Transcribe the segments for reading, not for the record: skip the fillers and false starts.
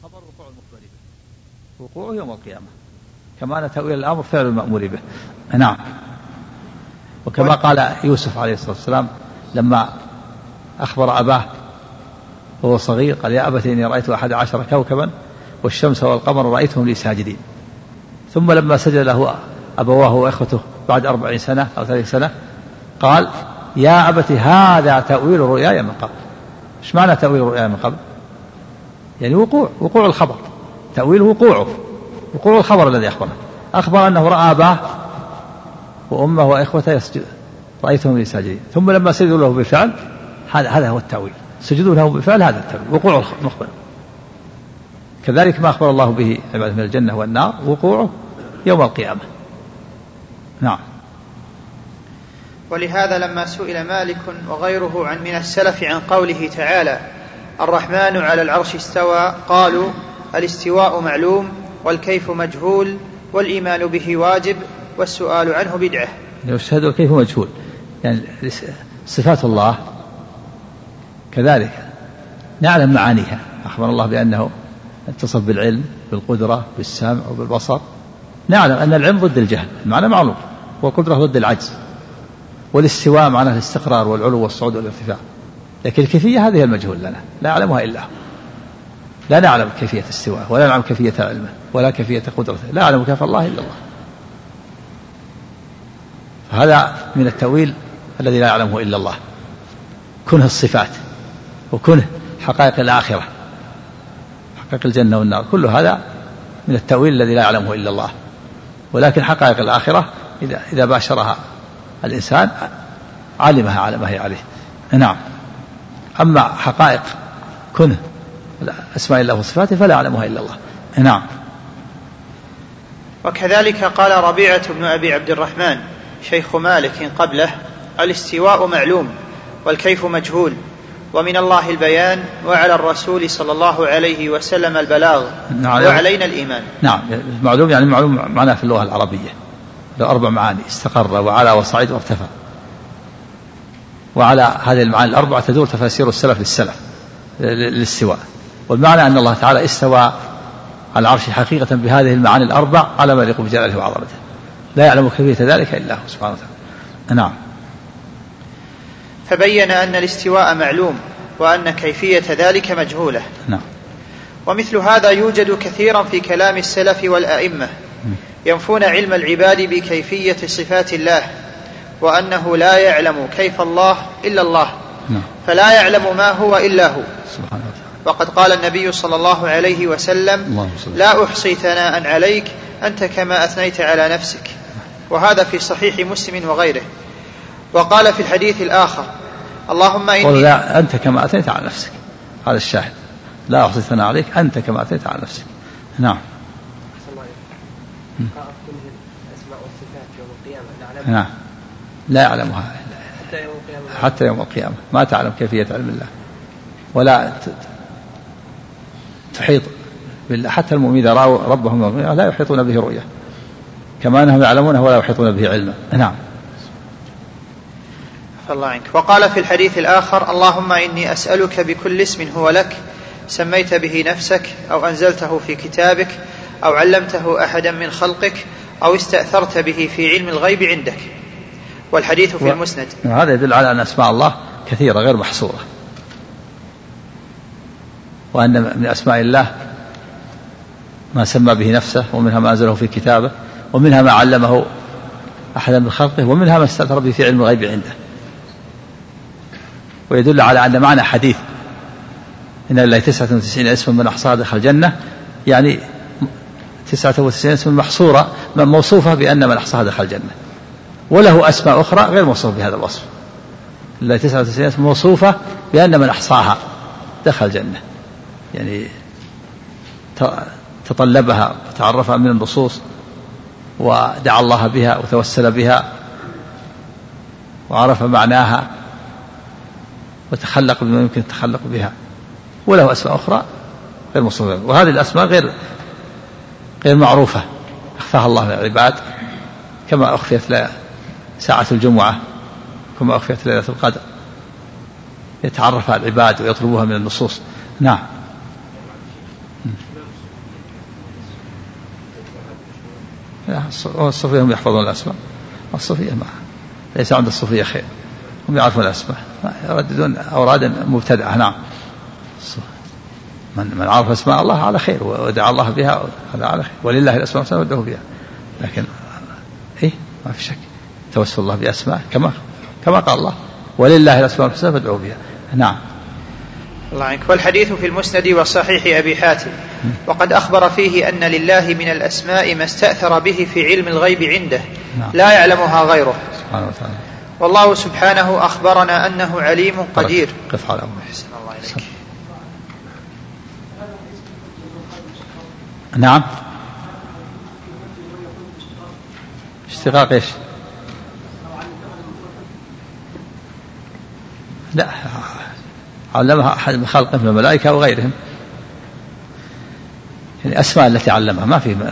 الخبر وقوع المخبر به، وقوعه يوم القيامة، كما أن تأويل الأمر فعل المأمور به. نعم. وكما قال يوسف عليه الصلاة والسلام لما أخبر أباه وهو صغير قال يا أبت إني رأيت 11 كوكبا والشمس والقمر رأيتهم لي ساجدين، ثم لما سجد له أبواه وإخوته بعد 40 سنة أو 30 سنة قال يا أبت هذا تأويل رؤياي من قبل. إيش معنى تأويل رؤياي من قبل؟ يعني وقوع الخبر، تأويل وقوع الخبر الذي أخبر أنه رأى أباه وأمه وإخوته يسجد رأيتهم لي ساجدين، ثم لما سجدوا له بالفعل هذا هو التأويل، سجدوا له بالفعل هذا التأويل وقوع المخبر. كذلك ما أخبر الله به عباده من الجنة والنار وقوعه يوم القيامة. نعم. ولهذا لما سئل مالك وغيره عن من السلف عن قوله تعالى الرحمن على العرش استوى قالوا الاستواء معلوم والكيف مجهول والإيمان به واجب والسؤال عنه بدعة. يشهد الكيف مجهول، يعني صفات الله كذلك نعلم معانيها، أخبر الله بأنه اتصف بالعلم بالقدرة بالسمع وبالبصر، نعلم أن العلم ضد الجهل المعنى معلوم، والقدرة ضد العجز، والاستواء معناه الاستقرار والعلو والصعود والارتفاع، لكن الكيفية هذه المجهول لنا لا يعلمها إلا هو، لا نعلم كيفية استواء ولا نعلم كيفية علمه ولا كيفية قدرته، لا يعلم كيف الله إلا الله. فهذا من التأويل الذي لا يعلمه إلا الله، كنه الصفات وكنه حقائق الآخرة، حقائق الجنة والنار، كل هذا من التأويل الذي لا يعلمه إلا الله. ولكن حقائق الآخرة إذا باشرها الإنسان علمها على ما هي عليه. نعم. أما حقائق كنه أسماء الله وصفاته فلا يعلمها إلا الله. نعم. وكذلك قال ربيعة بن أبي عبد الرحمن شيخ مالك قبله الاستواء معلوم والكيف مجهول ومن الله البيان وعلى الرسول صلى الله عليه وسلم البلاغ وعلينا الإيمان. نعم. معلوم يعني معلوم معناه في اللغة العربية له 4 معاني: استقر وعلى وصعد وارتفع. وعلى هذه المعاني ال4 تدور تفاسير السلف للاستواء، والمعنى أن الله تعالى استوى على العرش حقيقة بهذه المعاني ال4 على ما يليق بجلاله وعظمته، لا يعلم كيفية ذلك إلا هو سبحانه وتعالى. نعم. فبين أن الاستواء معلوم وأن كيفية ذلك مجهولة. نعم. ومثل هذا يوجد كثيرا في كلام السلف والأئمة ينفون علم العباد بكيفية صفات الله، وأنه لا يعلم كيف الله إلا الله، فلا يعلم ما هو إلا هو سبحانه وتعالى. وقد قال النبي صلى الله عليه وسلم لا أحصي ثناء عليك أنت كما أثنيت على نفسك، وهذا في صحيح مسلم وغيره. وقال في الحديث الآخر اللهم إني لا أنت كما أثنيت على نفسك، هذا الشاهد، لا أحصي ثناء عليك أنت كما أثنيت على نفسك. نعم. نعم. لا يعلمها حتى يوم القيامة، ما تعلم كيفية علم الله ولا تحيط بالله، حتى المؤمنين إذا رأوا ربهم لا يحيطون به رؤية كما أنهم يعلمونه ولا يحيطون به علما. نعم. الله عنك. وقال في الحديث الآخر اللهم إني أسألك بكل اسم هو لك سميت به نفسك أو أنزلته في كتابك أو علمته أحدا من خلقك أو استأثرت به في علم الغيب عندك. والحديث في المسند. هذا يدل على أن أسماء الله كثيرة غير محصورة، وأن من أسماء الله ما سمى به نفسه، ومنها ما أنزله في كتابه، ومنها ما علمه أحدا من خلقه، ومنها ما استأثر به في علم الغيب عنده. ويدل على أن معنى حديث إن لله 99 اسما من أحصاها دخل الجنة، يعني 99 اسما محصورة موصوفة بأن من أحصاها دخل الجنة، وله أسماء أخرى غير موصوفة بهذا الوصف. لله 99 اسما موصوفة بأن من أحصاها دخل الجنة، يعني تطلبها وتعرفها من النصوص ودعا الله بها وتوسل بها وعرف معناها وتخلق بما يمكن التخلق بها، وله أسماء أخرى غير مصروفة، وهذه الأسماء غير معروفة أخفاها الله للعباد، كما أخفيت ساعة الجمعة، كما أخفيت ليلة القدر، يتعرفها العباد ويطلبوها من النصوص. نعم. الصوفية هم يحفظون الأسماء، الصوفية ما ليس عند الصوفية خير، هم يعرفون الأسماء، يرددون أورادا مبتدعة. نعم، من عرف أسماء الله على خير ودعا الله بها هذا على خير، ولله الأسماء الحسنى فادعوه بها. لكن ما في شك توسل الله بأسماء كما قال الله ولله الأسماء الحسنى فادعوه بها. نعم. الله عنك. والحديث في المسند وصحيح أبي حاتم، وقد أخبر فيه أن لله من الأسماء ما استأثر به في علم الغيب عنده لا يعلمها غيره سبحانه وتعالى. والله سبحانه أخبرنا أنه عليم قدير. قف على أحسن الله إليك. نعم. اشتقاق ايش؟ لا، علمها أحد من خلقه من الملائكة وغيرهم، يعني أسماء التي علمها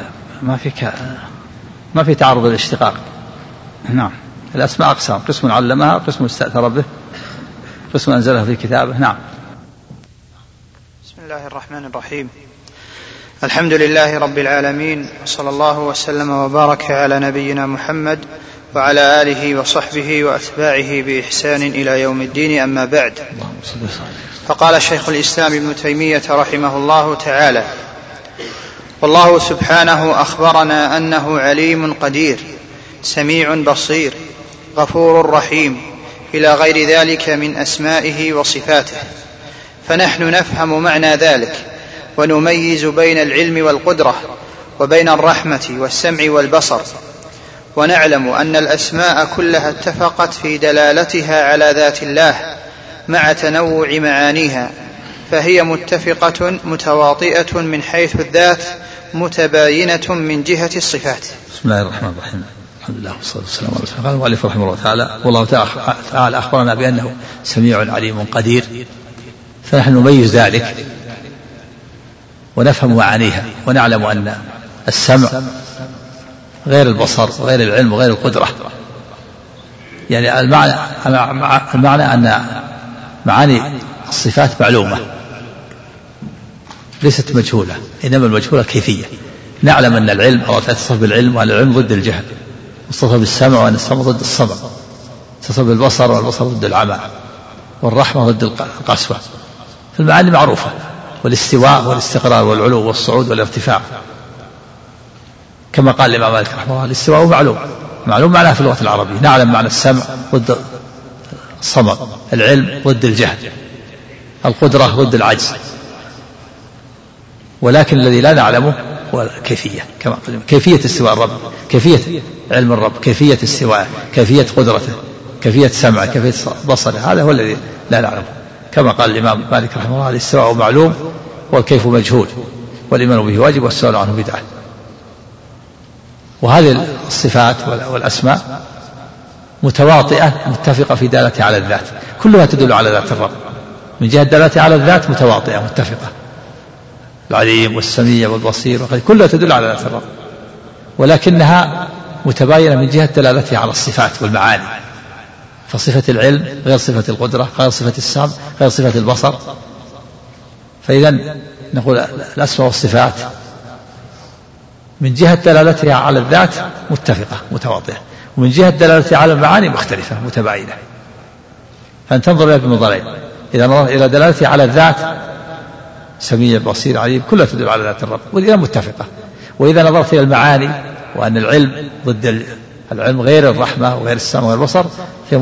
ما في تعرض الاشتقاق. نعم. الأسماء أقسام، قسم علمها، قسم استأثر به، قسم أنزلها في كتابه. نعم. بسم الله الرحمن الرحيم. الحمد لله رب العالمين، صلى الله وسلم وبارك على نبينا محمد وعلى آله وصحبه وأتباعه بإحسان إلى يوم الدين. أما بعد، فقال شيخ الإسلام ابن تيمية رحمه الله تعالى: والله سبحانه أخبرنا أنه عليم قدير سميع بصير غفور رحيم إلى غير ذلك من أسمائه وصفاته، فنحن نفهم معنى ذلك ونميز بين العلم والقدرة وبين الرحمة والسمع والبصر، ونعلم أن الأسماء كلها اتفقت في دلالتها على ذات الله مع تنوع معانيها، فهي متفقة متواطئة من حيث الذات متباينة من جهة الصفات. بسم الله الرحمن الرحيم. الحمد لله والصلاة والسلام على رسول الله. قال المؤلف رحمه الله تعالى: والله تعالى أخبرنا بأنه سميع عليم قدير، فنحن نميز ذلك ونفهم معانيها، ونعلم أن السمع غير البصر وغير العلم وغير القدرة. يعني المعنى أن معاني الصفات معلومة ليست مجهولة، إنما المجهولة الكيفية. نعلم أن العلم أو تتصف بالعلم، وأن العلم ضد الجهل، متصف بالسمع وأن السمع ضد الصمع، متصف بالبصر والبصر ضد العمى، والرحمة ضد القسوة. فالمعاني معروفة، والاستواء والاستقرار والعلو والصعود والارتفاع، كما قال الإمام مالك رحمه الله: الاستواء معلوم معناه في اللغة العربية. نعلم معنى السمع ضد الصمم، العلم ضد الجهل، القدرة ضد العجز، ولكن الذي لا نعلمه هو الكيفية، كما قلنا كيفية استواء الرب، كيفية علم الرب، كيفية استواءه، كيفية قدرته، كيفية سمعه، كيفية بصره، هذا هو الذي لا نعلمه. كما قال الإمام مالك رحمه الله: الاستواء معلوم والكيف مجهول، والإيمان به واجب والسؤال عنه بدعة. وهذه الصفات والأسماء متواطئة متفقة في دالتها على الذات، كلها تدل على ذات الرب. من جهة دالتها على الذات متواطئة متفقة، العليم والسميع والبصير كلها تدل على ذات الرب، ولكنها متباينة من جهة دلالتها على الصفات والمعاني. فصفة العلم غير صفة القدرة، غير صفة السمع، غير صفة البصر. فإذا نقول الأسماء والصفات من جهة دلالتها على الذات متفقة متواطئة، ومن جهة دلالتها على المعاني مختلفة متباينة. فأن تنظر إلى بنظرين: إذا نظرت إلى دلالتها على الذات سميع بصير عليم كلها تدل على ذات الرب وإذا متفقة، وإذا نظرت إلى المعاني وأن العلم ضد العلم غير الرحمة وغير السمع والبصر فهي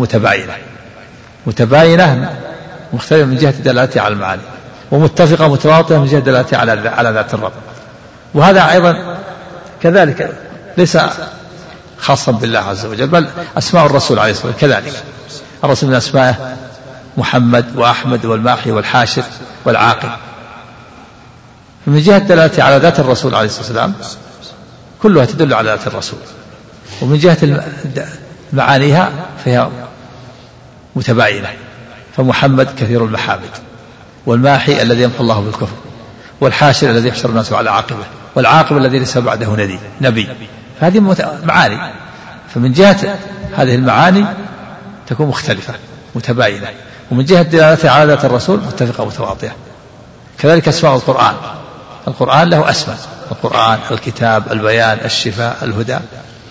متباينة مختلفة من جهة دلالتها على المعاني، ومتفقة متواطئة من جهة دلالتها على ذات الرب. وهذا أيضا كذلك ليس خاصا بالله عز وجل، بل أسماء الرسول عليه الصلاة والسلام كذلك. الرسول من أسمائه محمد وأحمد والماحي والحاشر والعاقب. من جهة دلالتها على ذات الرسول عليه الصلاة والسلام كلها تدل على ذات الرسول، ومن جهة معانيها فهي متباينة. فمحمد كثير المحامد، والماحي الذي يمحو الله بالكفر، والحاشر الذي يحشر الناس على عاقبه، والعاقب الذي ليس بعده نبي. هذه معاني، فمن جهة هذه المعاني تكون مختلفة متباينة، ومن جهة دلالتها على ذات الرسول متفقة متواطئة. كذلك أسماء القرآن له أسماء القرآن، الكتاب، البيان، الشفاء، الهدى.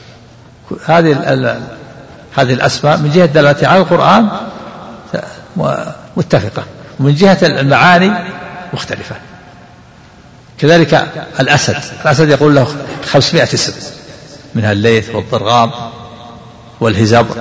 هذه الأسماء من جهة دلالتها على القرآن متفقة، ومن جهة المعاني مختلفة. كذلك الأسد يقول له 500 اسم، منها الليث والضرغام والهزبر.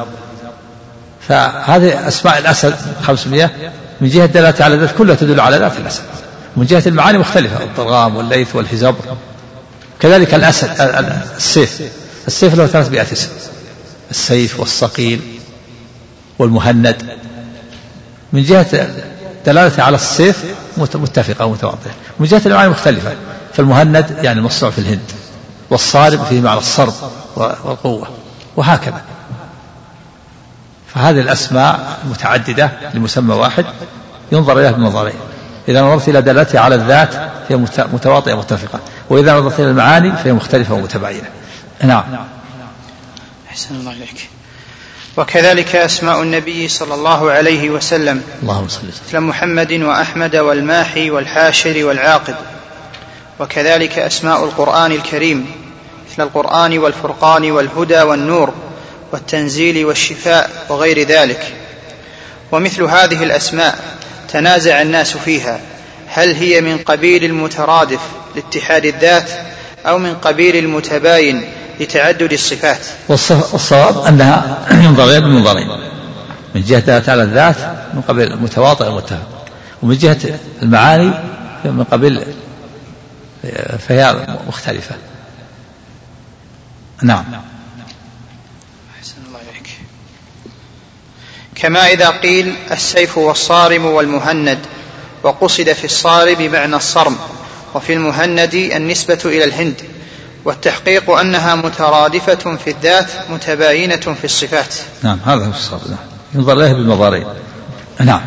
فهذه أسماء الأسد 500 من جهة دلالتها على ذات كلها تدل على ذات الأسد، من جهة المعاني مختلفة، الضرغام والليث والهزبر. كذلك السيف له 300 اسم، السيف والصقيل والمهند. من جهة دلالتها على السيف متفقة ومتواضعة، من جهة المعاني مختلفة. فالمهند يعني المصنوع في الهند، والصارم فيه معنى الصرب والقوة، وهكذا. فهذه الأسماء متعددة لمسمى واحد ينظر إليها بنظرين: إذا نظرت إلى دلالتها على الذات هي متواطئة متفقة، وإذا نظرت إلى المعاني فهي مختلفة ومتباينة. نعم. أحسن الله إليك. وكذلك أسماء النبي صلى الله عليه وسلم، اللهم صل وسلم، مثل محمد وأحمد والماحي والحاشر والعاقب. وكذلك أسماء القرآن الكريم، مثل القرآن والفرقان والهدى والنور والتنزيل والشفاء وغير ذلك. ومثل هذه الأسماء تنازع الناس فيها، هل هي من قبيل المترادف لاتحاد الذات أو من قبيل المتباين لتعدد الصفات؟ والصواب أنها ينظر بمنظرين: من جهة دلالتها على الذات من قبيل المتواطئ والمتفق، ومن جهة المعاني من قبيل فهي مختلفة. نعم. أحسن الله إليك. كما إذا قيل السيف والصارم والمهند، وقصد في الصارم بمعنى الصرم، وفي المهند النسبة إلى الهند، والتحقيق أنها مترادفة في الذات متباينة في الصفات. نعم، هذا هو الصواب. ينظر له بالمظارين. نعم.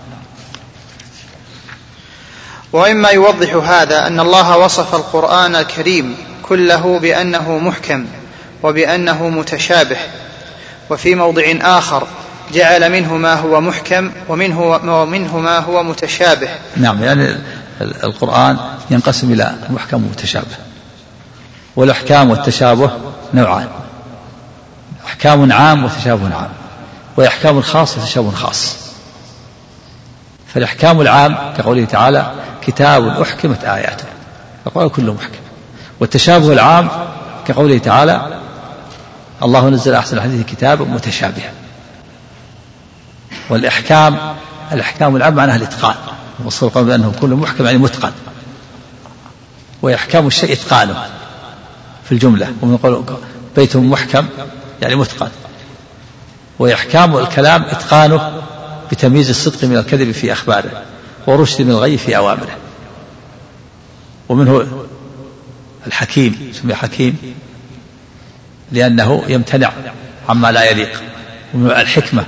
وإما يوضح هذا أن الله وصف القرآن الكريم كله بأنه محكم وبأنه متشابه، وفي موضع آخر جعل منه ما هو محكم ومنه ما هو متشابه. نعم، يعني القرآن ينقسم إلى محكم ومتشابه، والأحكام والتشابه نوعان: أحكام عام وتشابه عام، وأحكام خاص وتشابه خاص. فالأحكام العام كقوله تعالى: كتاب أحكمت آياته، فقال كله محكم. والتشابه العام كقوله تعالى: الله نزل أحسن الحديث كتابا متشابها. والأحكام العام معناها الإتقان، والرسول قال بأنه كله محكم يعني متقن، ويحكم الشيء إتقانه في الجملة، ومن قول بيت محكم يعني متقن. ويحكام الكلام إتقانه بتمييز الصدق من الكذب في أخباره، ورشد من الغي في أوامره. ومنه الحكيم، سمي حكيم لأنه يمتنع عما لا يليق. ومن الحكمة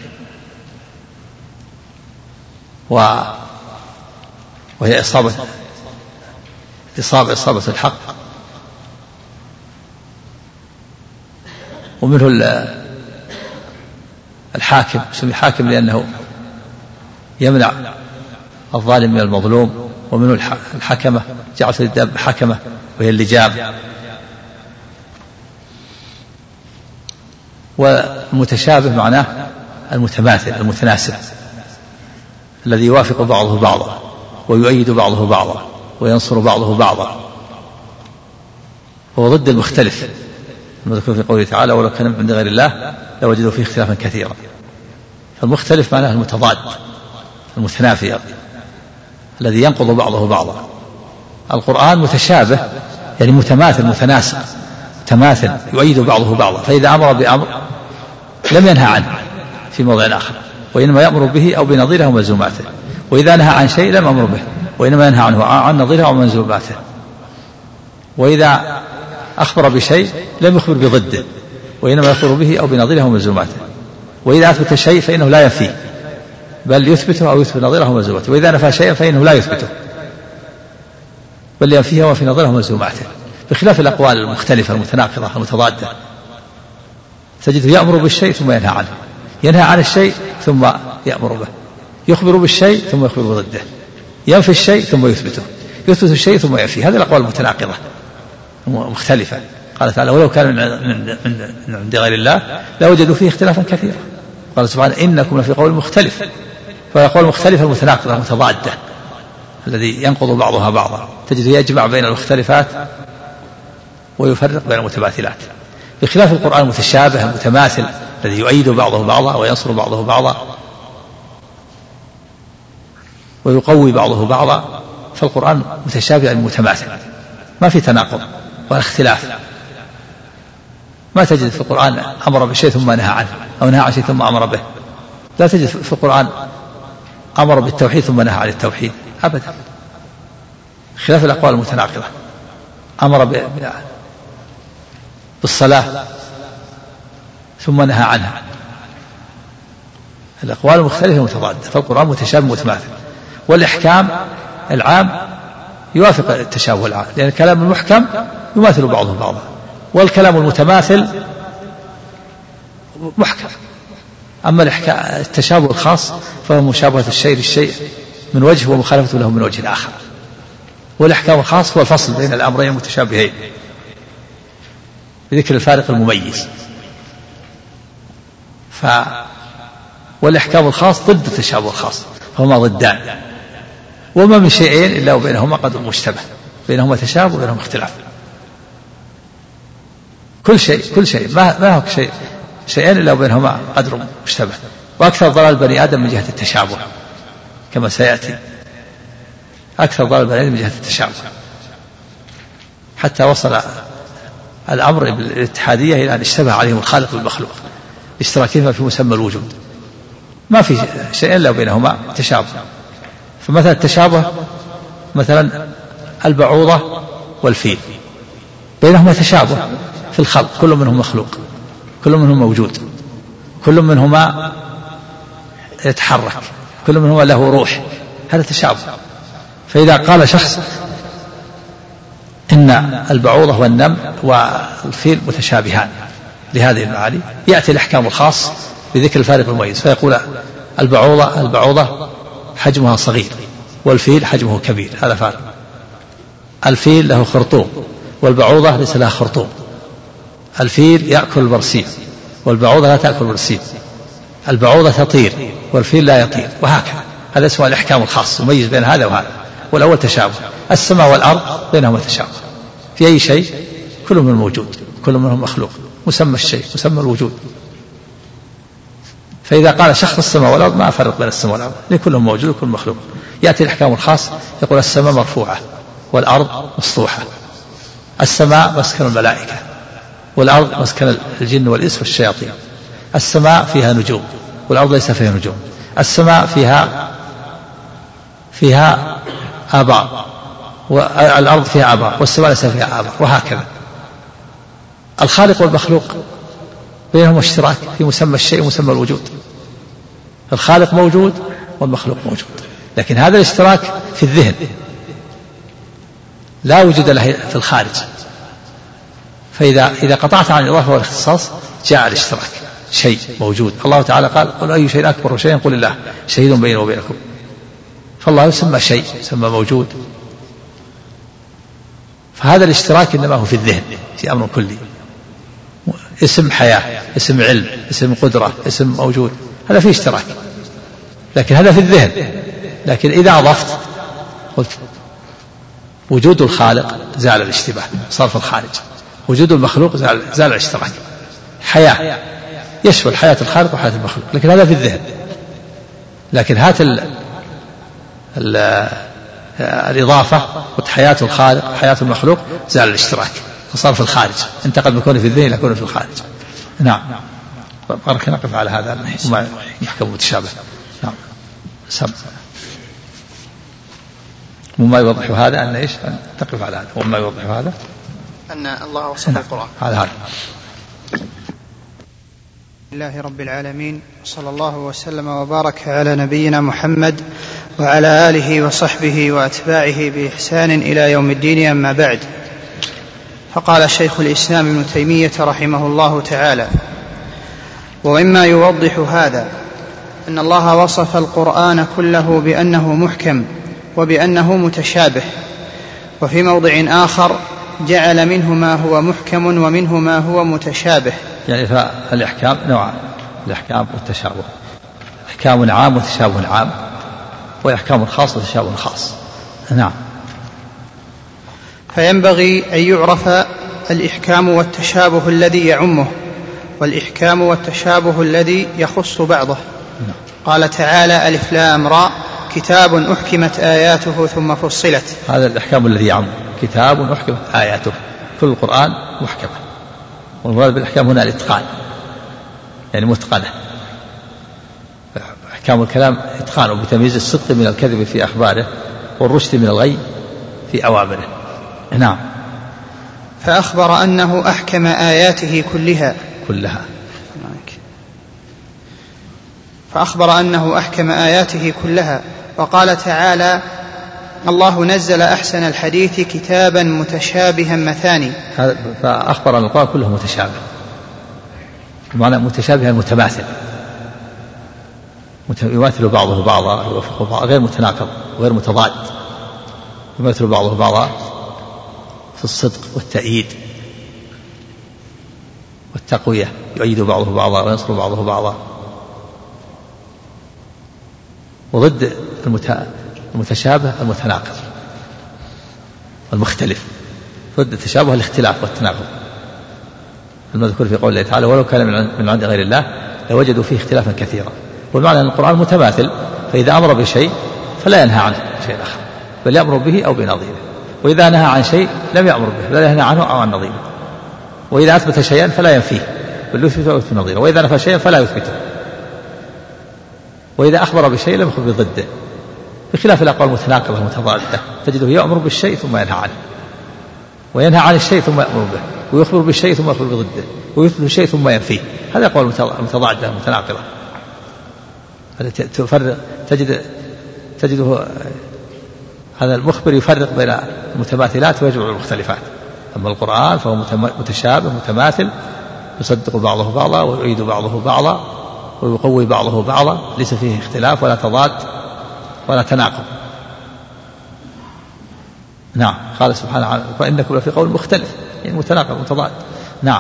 وهي إصابة الحق. ومنه الحاكم، سمي حاكم لأنه يمنع الظالم من المظلوم. ومنه الحكمة، جعلت الدابة حكمة وهي اللجام. والمتشابه معناه المتماثل المتناسب، الذي يوافق بعضه بعضا ويؤيد بعضه بعضا وينصر بعضه بعضا، هو ضد المختلف المذكور في قوله تعالى: ولو كان من عند غير الله لوجدوا فيه اختلافا كثيرا. فالمختلف معناه المتضاد المتنافي الذي ينقض بعضه بعضا. القرآن متشابه يعني متماثل متناسق، تماثل يؤيد بعضه بعضا. فإذا أمر بأمر لم ينهى عنه في موضع آخر، وإنما يأمر به أو بنظيره وملزوماته. وإذا نهى عن شيء لم أمر به، وإنما ينهى عنه عن نظيره وملزوماته. وإذا أخبر بشيء لم يخبر بضده، وإنما يخبر به أو بنظيره وملزوماته. وإذا أثبت شيء فإنه لا ينفيه، بل يثبته أو يثبت نظيره وملزوماته. وإذا نفى شيئا فإنه لا يثبته، بل ينفيه وفي نظيره وملزوماته. بخلاف الأقوال المختلفة المتناقضة المتضادة، تجده يأمر بالشيء ثم ينهى عنه، ينهى عن الشيء ثم يأمر به، يخبر بالشيء ثم يخبر بضده، ينفي الشيء ثم يثبته، يثبت الشيء ثم ينفيه. هذه الأقوال المتناقضة مختلفة. قال تعالى ولو كان من عند غير الله لوجدوا فيه اختلافا كثيرا. قال سبحانه إنكم لفي قول مختلف. فالأقوال المختلفة المتناقضة المتضادة الذي ينقض بعضها بعضا تجد يجمع بين المختلفات ويفرق بين المتماثلات، بخلاف القرآن المتشابه المتماثل الذي يؤيد بعضه بعضا وينصر بعضه بعضا ويقوي بعضه بعضا. فالقرآن متشابه متماثل ما في تناقض ولا اختلاف. ما تجد في القرآن أمر بشيء ثم نهى عنه أو نهى عن شيء ثم أمر به. لا تجد في القرآن أمر بالتوحيد ثم نهى عن التوحيد أبدا، خلاف الأقوال المتناقضة. أمر بالصلاة ثم نهى عنها. الأقوال المختلفة متضادة، فالقرآن متشابه متماثل. والإحكام العام يوافق التشابه العام، لأن الكلام المحكم يماثل بعضه بعضا، والكلام المتماثل محكم. أما التشابه الخاص فهو مشابهة الشيء للشيء من وجه ومخالفته له من وجه آخر. والإحكام الخاص هو الفصل بين الأمرين المتشابهين بذكر الفارق المميز. والإحكام الخاص ضد التشابه الخاص، فهما ضدان، وما من شيئين إلا وبينهما قدر مشتبه، بينهما تشابه وبينهما اختلاف. كل شيء ما هو شيئين إلا وبينهما قدر مشتبه. وأكثر ضلال بني آدم من جهة التشابه كما سيأتي، أكثر ضلال بني آدم من جهة التشابه، حتى وصل الأمر بالاتحادية إلى أن اشتبه عليهم الخالق والمخلوق اشتراكهما في مسمى الوجود. ما في شيئين إلا وبينهما تشابه. فمثلا التشابه مثلا البعوضة والفيل بينهما تشابه في الخلق، كل منهم مخلوق، كل منهم موجود، كل منهما يتحرك، كل منهما له روح، هذا تشابه. فإذا قال شخص إن البعوضة والنمل والفيل متشابهان لهذه المعاني، يأتي الإحكام الخاص بذكر الفارق المميز فيقول البعوضة حجمها صغير والفيل حجمه كبير، هذا فارق. الفيل له خرطوم والبعوضة ليس لها خرطوم. الفيل يأكل البرسيم والبعوضة لا تأكل البرسيم. البعوضة تطير والفيل لا يطير، وهكذا. هذا اسمه الإحكام الخاص يميز بين هذا وهذا. والأول تشابه. السماء والأرض بينهما تشابه في أي شيء، كل من موجود، كل منهم مخلوق، مسمى الشيء مسمى الوجود. فإذا قال شخص السماء والأرض ما أفرق بين السماء والأرض، لكلهم موجود وكل مخلوق. يأتي الإحكام الخاص يقول السماء مرفوعة والأرض مسطوحة. السماء مسكن الملائكة والأرض مسكن الجن والإنس والشياطين. السماء فيها نجوم والأرض ليس فيها نجوم. السماء فيها آبار والأرض فيها آبار والسماء ليس فيها آبار، وهكذا. الخالق والمخلوق بينهم اشتراك في مسمى الشيء ومسمى الوجود. الخالق موجود والمخلوق موجود، لكن هذا الاشتراك في الذهن لا وجود له في الخارج. فإذا قطعت عن الإضافة والاختصاص جاء الاشتراك، شيء موجود. الله تعالى قال قل أي شيء أكبر شيء قل الله شهيد بيني وبينكم. فالله يسمى شيء، يسمى موجود. فهذا الاشتراك إنما هو في الذهن، في أمر كلي. اسم حياة، اسم علم، اسم قدرة، اسم موجود، هذا فيه اشتراك، لكن هذا في الذهن. لكن إذا أضفت قلت وجود الخالق زال الاشتباه، صار في الخارج. وجود المخلوق زال الاشتراك. حياة يشمل حياة الخالق وحياة المخلوق، لكن هذا في الذهن. لكن هات الإضافة قلت حياة الخالق حياة المخلوق زال الاشتراك، فصار في الخارج، انتقل من كونه في الذهن إلى كونه في الخارج. نعم. بارك نقف على هذا وما يحكم متشابه. نعم. وما يوضح هذا أن إيش؟ أن تقف على هذا. وما يوضح هذا أن الله وصف القرآن على هذا. لله رب العالمين، صلى الله وسلم وبارك على نبينا محمد وعلى آله وصحبه وأتباعه بإحسان إلى يوم الدين. أما بعد، فقال شيخ الإسلام ابن تيمية رحمه الله تعالى: ومما يوضح هذا أن الله وصف القرآن كله بأنه محكم وبأنه متشابه. وفي موضع آخر جعل منه ما هو محكم ومنه ما هو متشابه. يعني فالإحكام نوعان، الإحكام والتشابه، إحكام عام وتشابه عام، وإحكام خاص وتشابه خاص. نعم. فينبغي أن يعرف الإحكام والتشابه الذي يعمه، والإحكام والتشابه الذي يخص بعضه. قال تعالى: ألف لام راء كتاب أحكمت آياته ثم فصلت. هذا الإحكام الذي يعم، كتاب أحكمت آياته، كل القرآن محكمة، والمراد بالإحكام هنا الإتقان، يعني متقنة. إحكام الكلام إتقانه بتمييز الصدق من الكذب في أخباره، والرشد من الغي في أوامره. نعم. فأخبر أنه أحكم آياته كلها. فأخبر أنه أحكم آياته كلها. وقال تعالى: الله نزل أحسن الحديث كتابا متشابها مثاني. فأخبر أن القرآن كله متشابه، بمعنى متشابها متماثل، يماثل بعضه بعضا، يوافق بعضا، غير متناقض وغير متضاد، يماثل بعضه بعضا في الصدق والتأييد والتقوية، يؤيد بعضه بعضا وينصر بعضه بعضا. وضد المتشابه المتناقض والمختلف، ضد التشابه الاختلاف والتناقض المذكور في قول الله تعالى: ولو كان من عند غير الله لوجدوا فيه اختلافا كثيرا. والمعنى أن القرآن متماثل، فإذا أمر بشيء فلا ينهى عن شيء آخر، بل يأمر به أو بنظيره، وإذا نهى عن شيء لم يأمر به بل ينهى عنه أو عن نظيره، وإذا أثبت شيئا فلا ينفيه بل يثبت أو يثبت نظيره، وإذا نفى شيئا فلا يثبته، وإذا أخبر بشيء لم يخبر بضده، بخلاف الأقوال المتناقضة المتضادة، تجده يأمر بالشيء ثم ينهى عنه، وينهى عن الشيء ثم يأمر به، ويخبر بالشيء ثم يخبر بضده، ويثبت الشيء ثم ينفيه. هذا أقوال متضادة متناقضة. تجده هذا المخبر يفرق بين المتماثلات ويجمع المختلفات. أما القرآن فهو متشابه متماثل، يصدق بعضه بعضا ويعيد بعضه بعضا ويقوي بعضه بعضا، ليس فيه اختلاف ولا تضاد ولا تناقض. نعم. قال سبحانه: فإنكم لفي قول مختلف، يعني متناقض متضاد. نعم.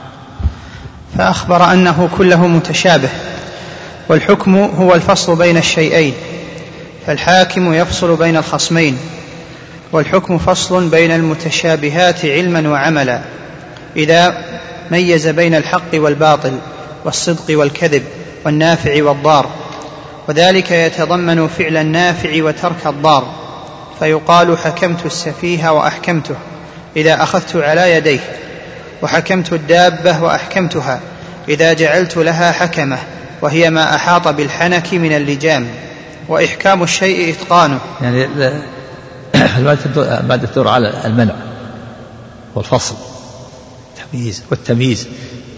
فأخبر أنه كله متشابه. والحكم هو الفصل بين الشيئين، فالحاكم يفصل بين الخصمين، والحكم فصل بين المتشابهات علما وعملا، إذا ميز بين الحق والباطل والصدق والكذب والنافع والضار، وذلك يتضمن فعل النافع وترك الضار. فيقال: حكمت السفيه وأحكمته إذا أخذت على يديه، وحكمت الدابة وأحكمتها إذا جعلت لها حكمة، وهي ما أحاط بالحنك من اللجام. وإحكام الشيء إتقانه، يعني المادة تدور على المنع والفصل والتمييز.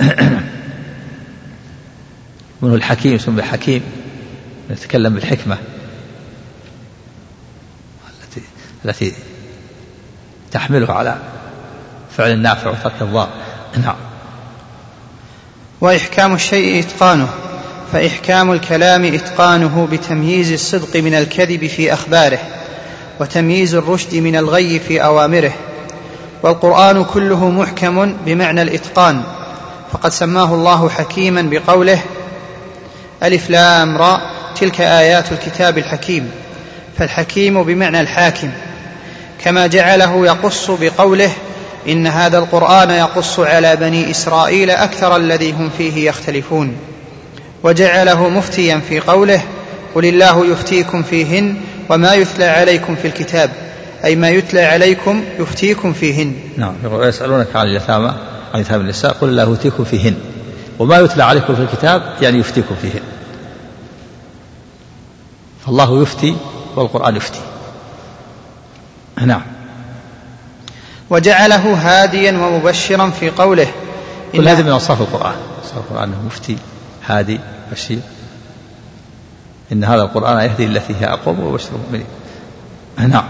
منه الحكيم سمي حكيم، نتكلم بالحكمة التي تحمله على فعل النافع وترك الضار. نعم. وإحكام الشيء إتقانه، فإحكام الكلام إتقانه بتمييز الصدق من الكذب في أخباره، وتمييز الرشد من الغي في أوامره. والقرآن كله محكم بمعنى الإتقان، فقد سماه الله حكيما بقوله: ألف لام راء تلك آيات الكتاب الحكيم. فالحكيم بمعنى الحاكم، كما جعله يقص بقوله: إن هذا القرآن يقص على بني إسرائيل أكثر الذي هم فيه يختلفون. وجعله مفتيا في قوله: قل الله يفتيكم فيهن وما يتلى عليكم في الكتاب، أي ما يتلى عليكم يفتيكم فيهن. نعم. يسألونك عن اليتامى عن يتامى النساء قل الله يفتيكم فيهن، وما يتلى عليكم في الكتاب يعني يفتيكم فيهن. فالله يفتي والقرآن يفتي. نعم. وجعله هاديا ومبشرا في قوله: كل هذا من أوصاف القرآن. أوصاف القرآن أنه مفتي هادي بشير. إن هذا القرآن يهدي التي هي أقوم ويبشر المؤمنين. نعم.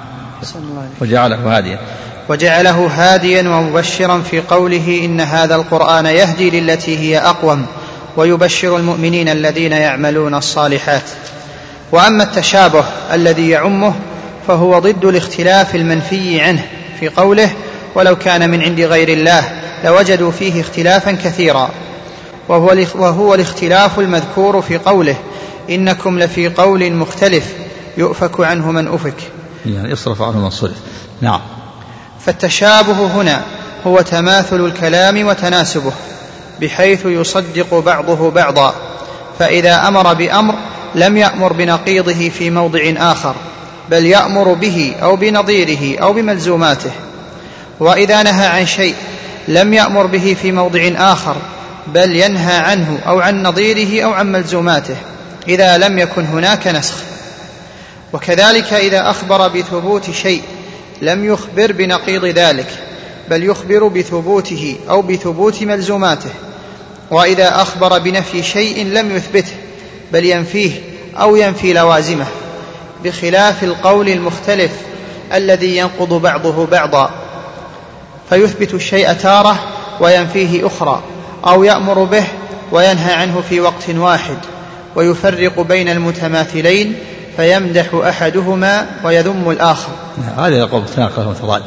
وجعله هاديا ومبشرا في قوله: إن هذا القرآن يهدي للتي هي أقوم ويبشر المؤمنين الذين يعملون الصالحات. وأما التشابه الذي يعمه فهو ضد الاختلاف المنفي عنه في قوله: ولو كان من عند غير الله لوجدوا فيه اختلافا كثيرا، وهو الاختلاف المذكور في قوله إنكم لفي قول مختلف يؤفك عنه من أفك، يعني يصرف عنه من صرف. نعم. فالتشابه هنا هو تماثل الكلام وتناسبه، بحيث يصدق بعضه بعضا، فإذا أمر بأمر لم يأمر بنقيضه في موضع آخر، بل يأمر به أو بنظيره أو بملزوماته، وإذا نهى عن شيء لم يأمر به في موضع آخر، بل ينهى عنه أو عن نظيره أو عن ملزوماته إذا لم يكن هناك نسخ. وكذلك إذا أخبر بثبوت شيء لم يخبر بنقيض ذلك، بل يخبر بثبوته أو بثبوت ملزوماته، وإذا أخبر بنفي شيء لم يثبته، بل ينفيه أو ينفي لوازمه، بخلاف القول المختلف الذي ينقض بعضه بعضا، فيثبت الشيء تارة وينفيه أخرى، أو يأمر به وينهى عنه في وقت واحد، ويفرق بين المتماثلين فيمدح أحدهما ويذم الآخر. هذه يقول تناقض متضادة،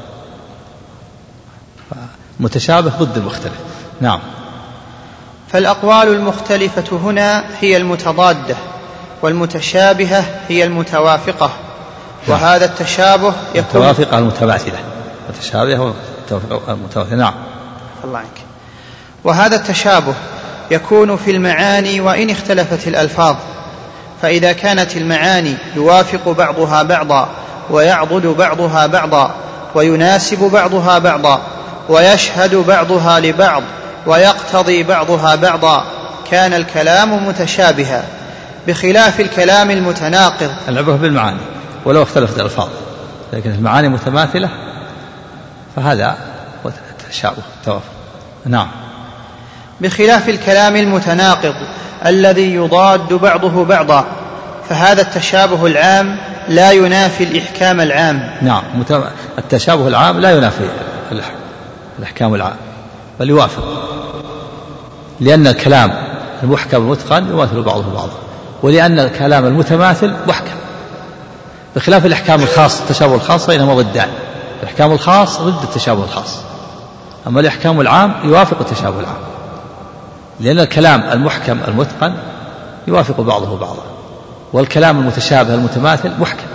متشابه ضد المختلف. نعم. فالأقوال المختلفة هنا هي المتضادة، والمتشابهة هي المتوافقة، وهذا التشابه يكون المتوافقة المتماثلة، متشابهة المتماثلة. نعم. الله عنك. وهذا التشابه يكون في المعاني وإن اختلفت الألفاظ، فإذا كانت المعاني يوافق بعضها بعضا ويعضد بعضها بعضا ويناسب بعضها بعضا ويشهد بعضها لبعض ويقتضي بعضها بعضا كان الكلام متشابها، بخلاف الكلام المتناقض. العبرة بالمعاني ولو اختلفت الألفاظ، لكن المعاني متماثلة فهذا هو التشابه التوافق. نعم. بخلاف الكلام المتناقض الذي يضاد بعضه بعضا، فهذا التشابه العام لا ينافي الإحكام العام. نعم. التشابه العام لا ينافي الإحكام العام، بل يوافق، لأن الكلام المحكم المتقن يماثل بعضه بعضا، ولأن الكلام المتماثل محكم، بخلاف الإحكام الخاص. التشابه الخاص بينهما ضدان، الإحكام الخاص ضد التشابه الخاص، أما الإحكام العام يوافق التشابه العام، لأن الكلام المحكم المتقن يوافق بعضه بعضا، والكلام المتشابه المتماثل محكم،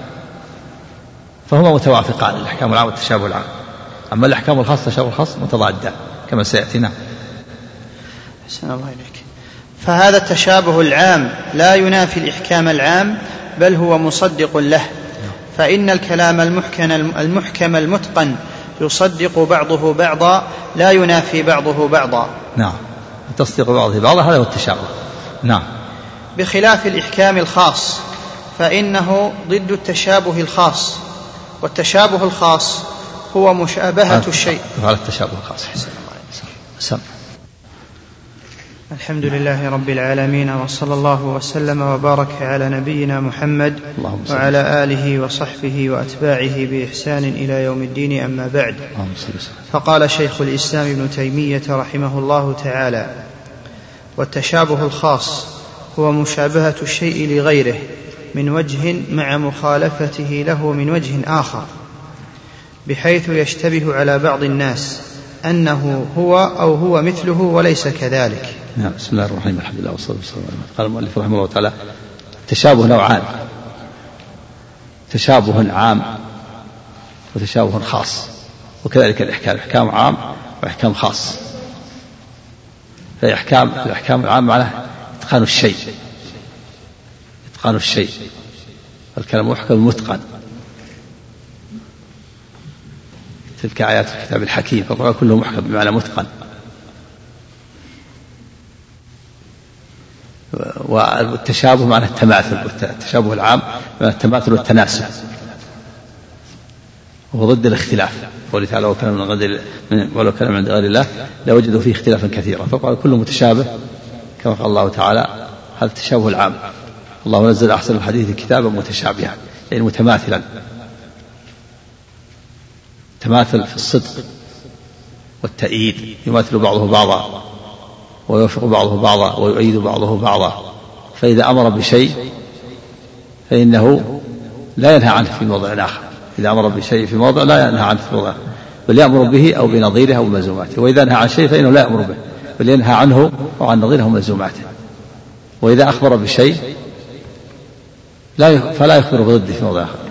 فهما متوافقان، الإحكام العام والتشابه العام. أما الإحكام الخاص والتشابه الخاص متضادان كما سيأتينا. أحسن الله إليك. فهذا التشابه العام لا ينافي الإحكام العام، بل هو مصدق له، فإن الكلام المحكم المتقن يصدق بعضه بعضا لا ينافي بعضه بعضا. نعم. تصديق بعضه بعضا هذا هو التشابه. نعم. بخلاف الإحكام الخاص فإنه ضد التشابه الخاص، والتشابه الخاص هو مشابهة الشيء. على التشابه الخاص. سم. الحمد لله رب العالمين، وصلى الله وسلم وبارك على نبينا محمد وعلى آله وصحبه وأتباعه بإحسان إلى يوم الدين. أما بعد، فقال شيخ الإسلام ابن تيمية رحمه الله تعالى: والتشابه الخاص هو مشابهة الشيء لغيره من وجه مع مخالفته له من وجه آخر، بحيث يشتبه على بعض الناس أنه هو أو هو مثله وليس كذلك. نعم. بسم الله الرحمن الرحيم. الحمد لله والصلاة والسلام. قال المؤلف رحمه الله تعالى: التشابه نوعان، تشابه عام وتشابه خاص، وكذلك الإحكام، إحكام عام وإحكام خاص. الإحكام العام معناه إتقان الشيء، إتقان الشيء، الكلام محكم متقن، تلك آيات الكتاب الحكيم، فالقرآن كله محكم بمعنى متقن. والتشابه معنى التماثل، والتشابه العام معنى التماثل والتناسب، وهو ضد الاختلاف. قوله تعالى: ولو كان من عند غير الله لوجدوا فيه اختلافا كثيرا. فالقرآن كله متشابه كما قال الله تعالى: هذا التشابه العام. الله نزل أحسن الحديث كتابا متشابها، يعني متماثلا، تماثل في الصدق والتأييد، يماثل بعضه بعضا ويوافق بعضه بعضا ويؤيد بعضه بعضا. فإذا أمر بشيء فإنه لا ينهى عنه في موضع آخر، إذا أمر بشيء في موضع لا ينهى عنه في موضع، بل يأمر به أو بنظيره أو بملزوماته. وإذا نهى عن شيء فإنه لا يأمر به بل ينهى عنه أو عن نظيره وملزوماته. وإذا أخبر بشيء فلا يخبر بضده في موضع آخر،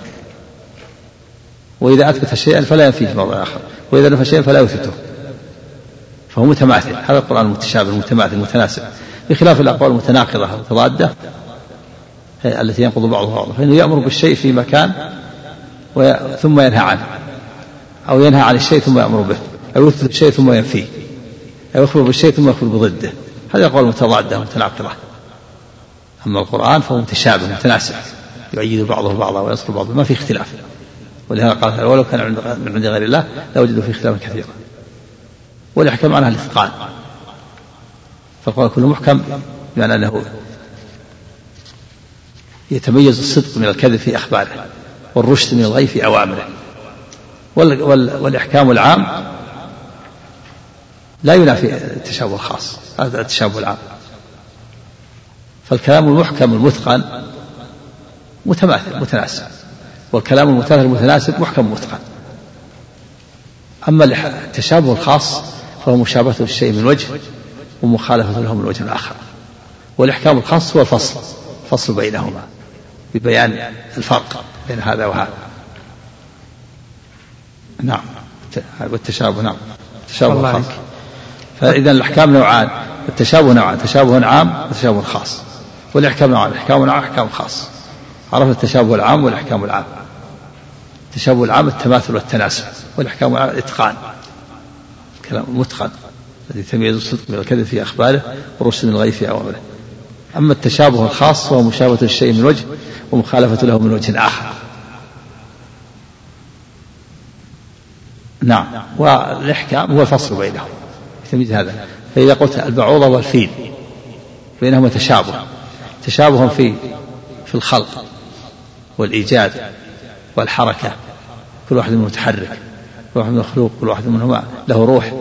وإذا أثبت شيئا فلا ينفيه في موضع آخر، وإذا نفى شيئا فلا يثبته، فهو متماثل. هذا القرآن المتشابه المتماثل المتناسب، بخلاف الأقوال المتناقضة المتضادة التي ينقض بعضها بعضا، فإنه يأمر بالشيء في مكان ثم ينهى عنه، أو ينهى عن الشيء ثم يأمر به، أو يثبت الشيء ثم ينفيه، أو يخبر بالشيء ثم يخبر بضده. هذه الأقوال المتضادة المتناقضة. أما القرآن فهو متشابه متناسب، يؤيد بعضه بعضا وينصر بعضه، ما في اختلاف. ولهذا قال ولو كان من عند غير الله لوجدوا فيه اختلافا كثيرا. والإحكام معناها الإتقان، فالقرآن كله محكم بمعنى أنه يتميز الصدق من الكذب في أخباره، والرشد من الغي في أوامره. والإحكام العام لا ينافي التشابه الخاص، هذا التشابه العام. فالكلام المحكم المتقن متماثل متناسب، والكلام المتماثل المتناسب محكم متقن. أما التشابه الخاص فهو مشابهة الشيء من وجه ومخالفة له من وجه آخر. والإحكام الخاص هو الفصل بينهما ببيان الفرق بين هذا وهذا. نعم. والتشابه نعم التشابه الخاص. فإذا الأحكام نوعان، التشابه نوعان، تشابه عام وتشابه خاص. والإحكام نوعان، إحكام عام وإحكام خاص. عرفنا التشابه العام والإحكام العام. التشابه العام التماثل والتناسب، والإحكام العام الإتقان، كلام متقن الذي تميز الصدق من الكذب في أخباره والرشد من الغي في أوامره. أما التشابه الخاص فهو مشابهة الشيء من وجه ومخالفة له من وجه آخر. نعم. والإحكام هو الفصل بينهم، تمييز هذا. فإذا قلت البعوضة والفيل بينهما تشابه في الخلق والإيجاد والحركة، كل واحد منهم متحرك، كل واحد منهم مخلوق، كل واحد منهم له روح.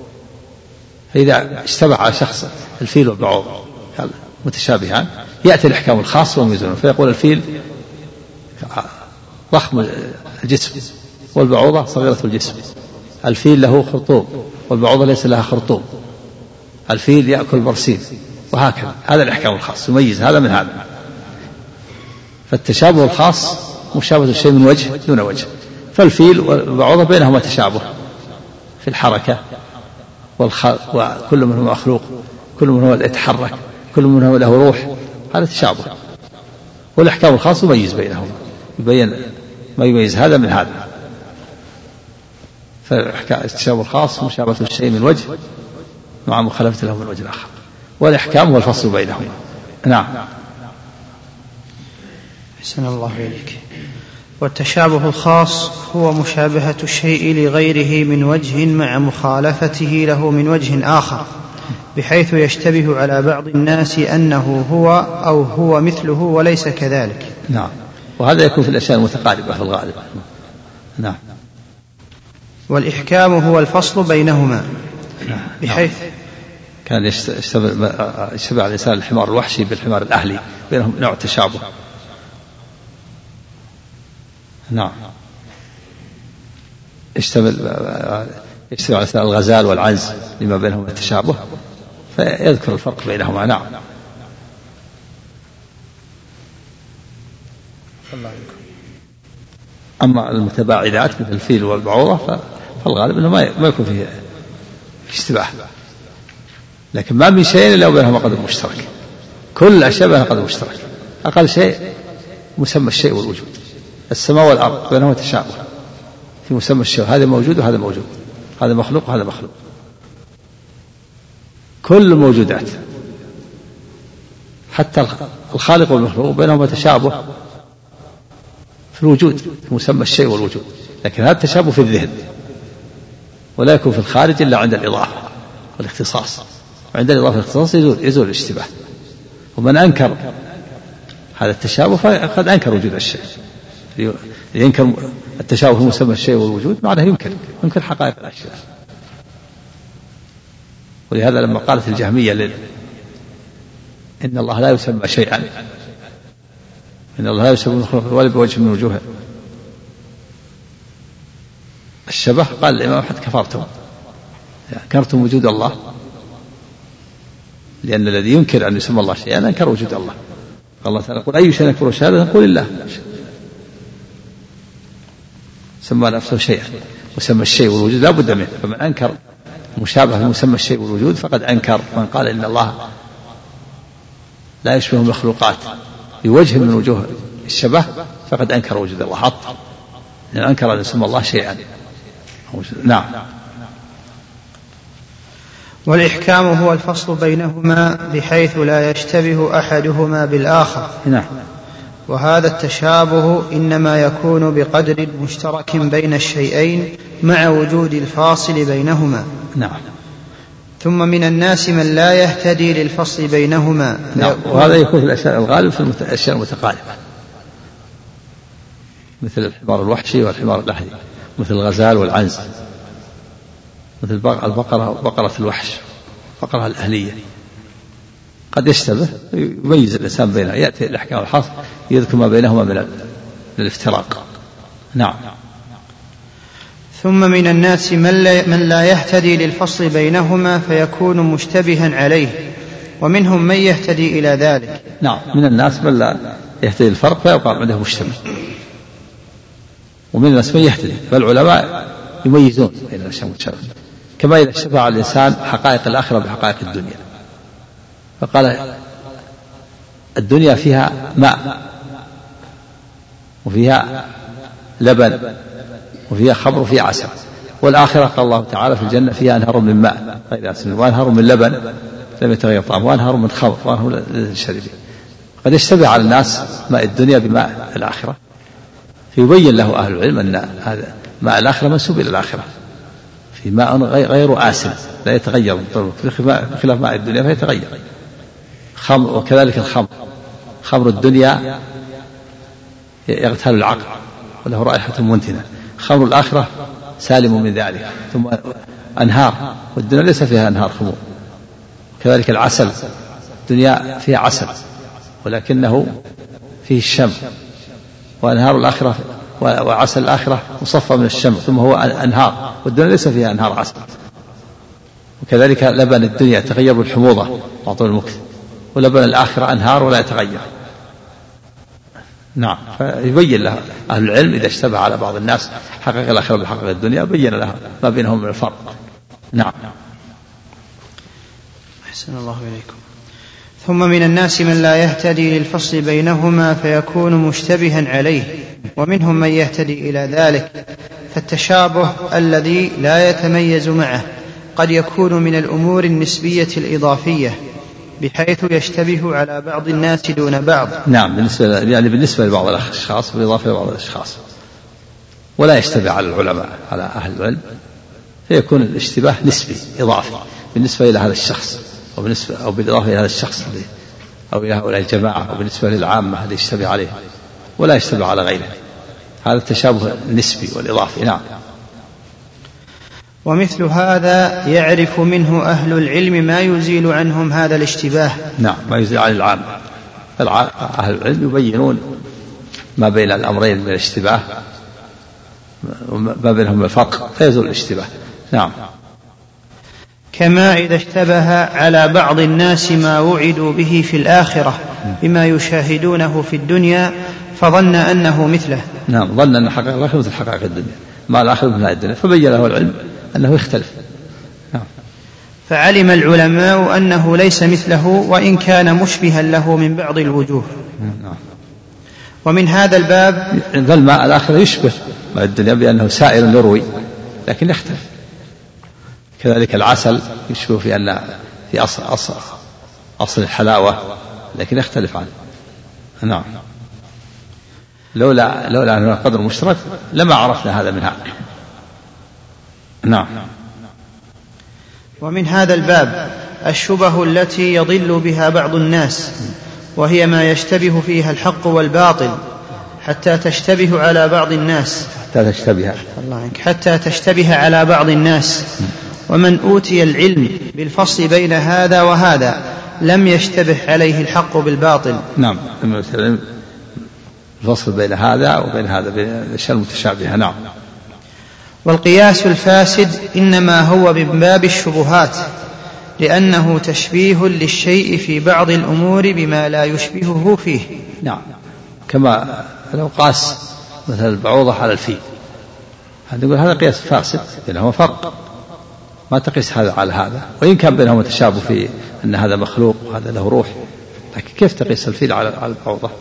فإذا اشتبه على شخص الفيل والبعوض متشابهان يأتي الإحكام الخاص وميزونه، فيقول الفيل ضخم الجسم والبعوضة صغيرة الجسم، الفيل له خرطوم والبعوضة ليس لها خرطوم، الفيل يأكل برسيم، وهكذا. هذا الإحكام الخاص يميز هذا من هذا. فالتشابه الخاص مشابهة الشيء من وجه دون وجه. فالفيل والبعوضة بينهما تشابه في الحركة وكل منهما مخلوق، كل منهما يتحرك، كل منهما له روح، هذا تشابه. والإحكام الخاص يميز بينهما، يبين ما يميز هذا من هذا. فالتشابه الخاص مشابهة الشيء من وجه مع مخالفة له من وجه آخر، والإحكام هو الفصل بينهما. نعم. أحسن الله إليك. والتشابه الخاص هو مشابهة الشيء لغيره من وجه مع مخالفته له من وجه آخر، بحيث يشتبه على بعض الناس أنه هو أو هو مثله وليس كذلك. نعم. وهذا يكون في الأشياء المتقاربة في الغالب. نعم. والإحكام هو الفصل بينهما، بحيث كان يشتبه على الإنسان الحمار الوحشي بالحمار الأهلي، بينهم نوع تشابه. نعم. يشتبه على الإنسان الغزال والعنز لما بينهم التشابه، فيذكر الفرق بينهما. نعم. أما المتباعدات مثل الفيل والبعوضة فالغالب أنه ما يكون فيه اشتباه، لكن ما من شيء إلا وبينهما قدر مشترك. كل الأشياء بينها قدر مشترك. أقل شيء مسمى الشيء والوجود، السماء والأرض بينهما تشابه في مسمى الشيء، هذا موجود وهذا موجود، هذا مخلوق وهذا مخلوق. كل الموجودات حتى الخالق والمخلوق بينهما تشابه في الوجود في مسمى الشيء والوجود، لكن هذا التشابه في الذهن، ولا يكون في الخارج إلا عند الإضافة والاختصاص. وعند الإضافة والاختصاص يزول الاشتباه. ومن أنكر هذا التشابه فقد أنكر وجود الشيء. ينكر التشابه في مسمى الشيء والوجود معناه ينكر حقائق الأشياء. ولهذا لما قالت الجهمية إن الله لا يسمى شيئا، إن الله لا يسمى مخلوق ولا بوجه من وجوه الشبه قال الإمام أحمد كفرتم، أنكرتم وجود الله، لأن الذي ينكر أن يسمى الله شيئا أنكر وجود الله. الله تعالى يقول أي شيء يكفر شهادة نقول الله، سمى نفسه شيئا وسمى الشيء والوجود لا بد منه، فمن أنكر مشابه مسمى الشيء والوجود فقد أنكر. من قال إن الله لا يشبه المخلوقات بوجه من وجوه الشبه فقد أنكر وجود الله حط، لأن أنكر أن يسمى الله شيئا. نعم. والإحكام هو الفصل بينهما بحيث لا يشتبه أحدهما بالآخر. نعم. وهذا التشابه إنما يكون بقدر مشترك بين الشيئين مع وجود الفاصل بينهما. نعم. ثم من الناس من لا يهتدي للفصل بينهما. نعم. وهذا يكون في الأشياء الغالب في الأشياء المتقاربة، مثل الحمار الوحشي والحمار الأهلي، مثل الغزال والعنز، مثل بقرة الوحش، بقرة الأهلية، قد يشتبه يميز الإنسان بينها، يأتي الأحكام الحصر يذكر ما بينهما من الافتراق. نعم. ثم من الناس من لا يهتدي للفصل بينهما فيكون مشتبها عليه، ومنهم من يهتدي إلى ذلك. نعم. من الناس من لا يهتدي الفرق فيقع عنده مشتبه، ومن الناس من يهتدي، فالعلماء يميزون بين الأشياء المتشابهة، كما إذا اشتبه على الإنسان حقائق الآخرة بحقائق الدنيا، فقال الدنيا فيها ماء وفيها لبن وفيها خمر وفيها عسل، والآخرة قال الله تعالى في الجنة فيها أنهار من ماء غير آسن وأنهار من لبن لم يتغير طعمه وأنهار من خمر وأنهار للشرب. قد يشتبه على الناس ماء الدنيا بماء الآخرة، فيبين له أهل العلم أن هذا ماء الآخرة منسوب إلى الآخرة، في ماء غير آسن لا يتغير بخلاف ماء الدنيا فيتغير. خمر، وكذلك الخمر، خمر الدنيا يغتال العقل وله رائحة منتنة، خمر الآخرة سالم من ذلك. ثم أنهار، والدنيا ليس فيها أنهار خمور. كذلك العسل، الدنيا فيها عسل ولكنه فيه الشم، وأنهار الآخرة وعسل الآخرة مصفى من الشم ثم هو أنهار، والدنيا ليس فيها أنهار عسل. وكذلك لبن الدنيا يتغير بالحموضة وعطول المكث، ولبن الآخرة أنهار ولا يتغير. نعم. فيبين له أهل العلم إذا اشتبه على بعض الناس حقق الآخرة بحقق الدنيا بين له ما بينهم من الفرق. نعم. أحسن الله إليكم. ثم من الناس من لا يهتدي للفصل بينهما فيكون مشتبها عليه، ومنهم من يهتدي إلى ذلك. فالتشابه الذي لا يتميز معه قد يكون من الأمور النسبية الإضافية بحيث يشتبه على بعض الناس دون بعض. نعم. بالنسبة لبعض الأشخاص بالإضافة لبعض الأشخاص، ولا يشتبه على العلماء على أهل العلم، فيكون الاشتباه نسبي إضافي بالنسبة إلى هذا الشخص، أو بالإضافة إلى هذا الشخص أو إلى هؤلاء الجماعة، أو بالنسبة للعامة اللي يشتبه عليه، ولا يشتبه على غيره. هذا التشابه النسبي والإضافي. نعم. ومثل هذا يعرف منه أهل العلم ما يزيل عنهم هذا الاشتباه. نعم. ما يزيل عن العام. أهل العلم يبينون ما بين الأمرين من الاشتباه وما بينهم الفرق فيزول الاشتباه. نعم. كما إذا اشتبه على بعض الناس ما وعدوا به في الآخرة بما يشاهدونه في الدنيا فظن أنه مثله. نعم. ظن أن حقائق الآخرة مثل حقائق الدنيا، ما الآخرة مثل الدنيا، فبين له العلم أنه يختلف. نعم. فعلم العلماء أنه ليس مثله وإن كان مشبها له من بعض الوجوه. نعم. ومن هذا الباب فالماء الآخرة يشبه ماء الدنيا بأنه سائل يروي لكن يختلف. كذلك العسل يشبه في أن في أصل الحلاوة لكن يختلف عنه. نعم. لولا أنه قدر مشترك لما عرفنا هذا من هذا. نعم. ومن هذا الباب الشبه التي يضل بها بعض الناس، وهي ما يشتبه فيها الحق والباطل حتى تشتبه على بعض الناس حتى تشتبه على بعض الناس. ومن أوتي العلم بالفصل بين هذا وهذا لم يشتبه عليه الحق بالباطل. نعم. الفصل بين هذا وبين هذا بين الأشياء المتشابهة. نعم. والقياس الفاسد إنما هو من باب الشبهات، لأنه تشبيه للشيء في بعض الأمور بما لا يشبهه فيه. نعم، كما لو قاس مثل البعوضة على الفيل، نقول هذا قياس فاسد، بينهما فرق، ما تقيس هذا على هذا، وإن كان بينهما تشابه في أن هذا مخلوق وهذا له روح، لكن كيف تقيس الفيل على البعوضة؟